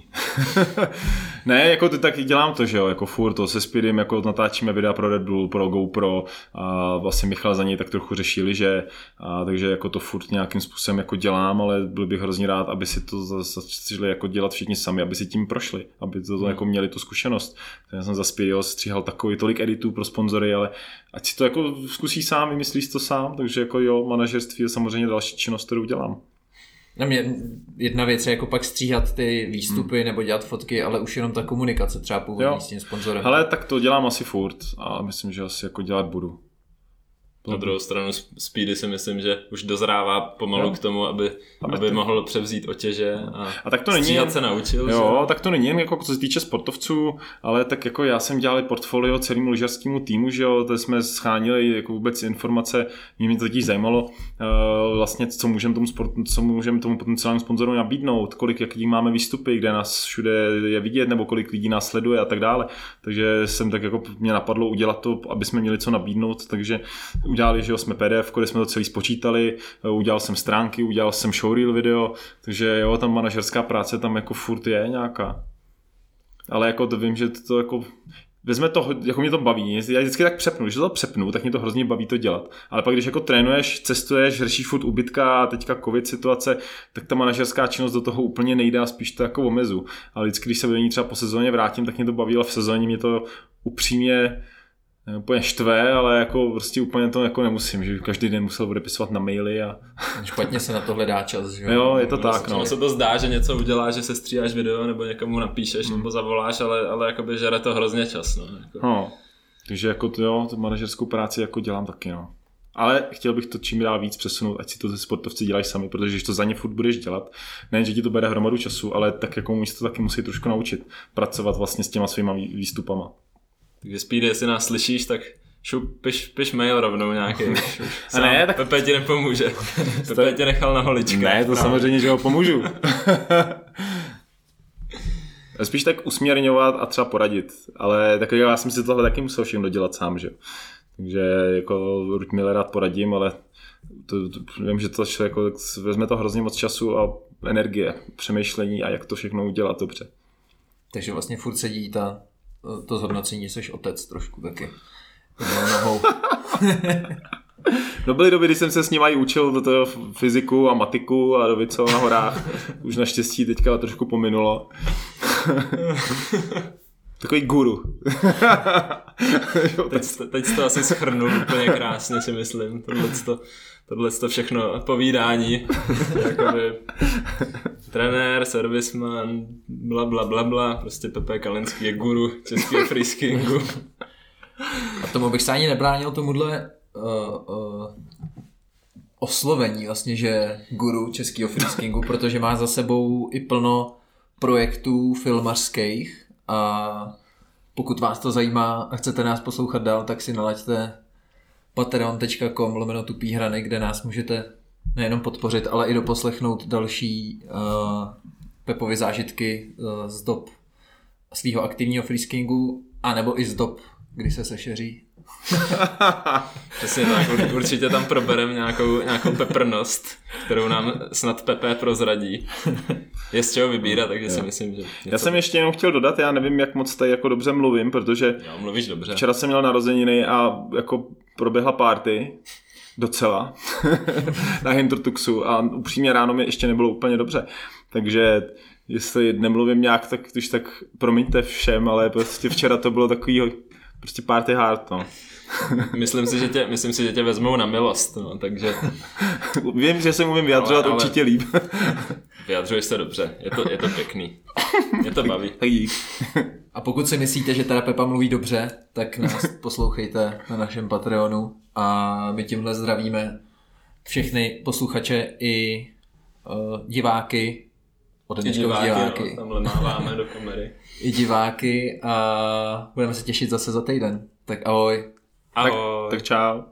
Ne, jako to taky dělám to, že jo, jako furt to se Speedem, jako natáčíme videa pro Red Bull, pro GoPro a vlastně Michal za něj tak trochu řeší lyže, takže jako to furt nějakým způsobem jako dělám, ale byl bych hrozně rád, aby si to začali jako dělat všichni sami, aby si tím prošli, aby to jako měli tu zkušenost. Já jsem za Speedio stříhal tolik editů pro sponzory, ale ať si to jako zkusí sám, vymyslí si to sám, takže jako jo, manažerství je samozřejmě další činnost, kterou dělám. Jedna věc je jako pak stříhat ty výstupy nebo dělat fotky, ale už jenom ta komunikace třeba původní s tím sponzorem. Ale tak to dělám asi furt a myslím, že asi jako dělat budu. Na druhou stranu Speedy si myslím, že už dozrává pomalu k tomu, aby mohl převzít otěže a tak to stříhat se naučil. Jo, že? tak to není jen jako co se týče sportovců, ale tak jako já jsem dělal portfolio celému lyžařskému týmu, že jo, to jsme schánili jako vůbec informace, mě to totiž zajímalo vlastně, co můžeme tomu potenciálnímu sponzoru nabídnout, jaký máme výstupy, kde nás všude je vidět, nebo kolik lidí nás sleduje a tak dále. Takže jsem tak jako mě napadlo udělat to, aby jsme měli co nabídnout, takže udělali, že jo, jsme PDF, kde jsme to celý spočítali, udělal jsem stránky, udělal jsem showreel video, takže jo, tam manažerská práce tam jako furt je nějaká. Ale jako to vím, že to jako vezme to, jako mě to baví, já vždycky tak přepnu, když to přepnu, tak mě to hrozně baví to dělat. Ale pak když jako trénuješ, cestuješ, řešíš furt ubytka a teďka covid situace, tak ta manažerská činnost do toho úplně nejde a spíš to jako omezu. Ale vždycky, když se do ní třeba po sezóně vrátím, tak mě to baví, ale v sezóně mě to upřímně úplně štve, ale jako prostě úplně to jako nemusím, že každý den musel odepisovat na maily a... Špatně se na to hledá čas, že jo? Je to tak, no. Se to zdá, že něco uděláš, že se stříháš video nebo někomu napíšeš nebo zavoláš, ale jakoby žere to hrozně čas, no. Jako. No, takže jako to jo, tu manažerskou práci jako dělám taky, no. Ale chtěl bych to čím dál víc přesunout, ať si to ze sportovci dělají sami, protože když to za ně furt budeš dělat, nejen, že ti to bere hromadu času, ale tak jako to taky musí trošku naučit pracovat vlastně s těma svýma výstupama. Takže Speedy, jestli nás slyšíš, tak piš mail rovnou nějaký. Ne, tak... Pepe ti nepomůže. Pepe tě nechal na holičkách. Ne, to samozřejmě, že ho pomůžu. Spíš tak usměrňovat a třeba poradit, ale tak já jsem si tohle taky musel všechno dodělat sám, že? Takže jako Ruť Mile rád poradím, ale vím, že to člověk jako, vezme to hrozně moc času a energie, přemýšlení a jak to všechno udělat dobře. Takže vlastně furt sedí to zhodnocení, jsi otec trošku taky. No byly doby, kdy jsem se s nimi učil do toho fyziku a matiku a do co na horách. Už naštěstí teďka trošku pominulo. Takový guru. teď to asi shrnul úplně krásně, si myslím. Tohleto všechno povídání. Jakoby trenér, servisman, bla bla bla bla. Prostě Pepe Kalinský je guru českého freeskingu. A tomu bych se ani nebránil tomuhle oslovení vlastně, že guru českého freeskingu, protože má za sebou i plno projektů filmařských a pokud vás to zajímá a chcete nás poslouchat dál, tak si nalaďte patreon.com/tupýhrany, kde nás můžete nejenom podpořit, ale i doposlechnout další Pepovy zážitky z dob svého aktivního freeskingu, anebo i z dob, kdy se sešeří. Přesně tak, určitě tam probereme nějakou peprnost, kterou nám snad Pepe prozradí. Je z čeho vybírat, takže si myslím, že... Já jsem ještě jenom chtěl dodat, já nevím, jak moc tady jako dobře mluvím, protože jo, mluvíš dobře. Včera jsem měl narozeniny a jako proběhla party, docela, na Hintertuxu a upřímně ráno mi ještě nebylo úplně dobře, takže jestli nemluvím nějak, tak když tak promiňte všem, ale prostě včera to bylo takový prostě party hard, no. Myslím si, že tě vezmou na milost, no, takže... Vím, že se umím vyjadřovat ale určitě líp. Vyjadřuješ se dobře, je to pěkný. Mě to baví. A pokud si myslíte, že teda Pepa mluví dobře, tak nás poslouchejte na našem Patreonu a my tímhle zdravíme všechny posluchače i diváky. Diváky. No, tamhle máváme do kamery. I diváky a budeme se těšit zase za týden. Tak ahoj. Ahoj. Tak čau.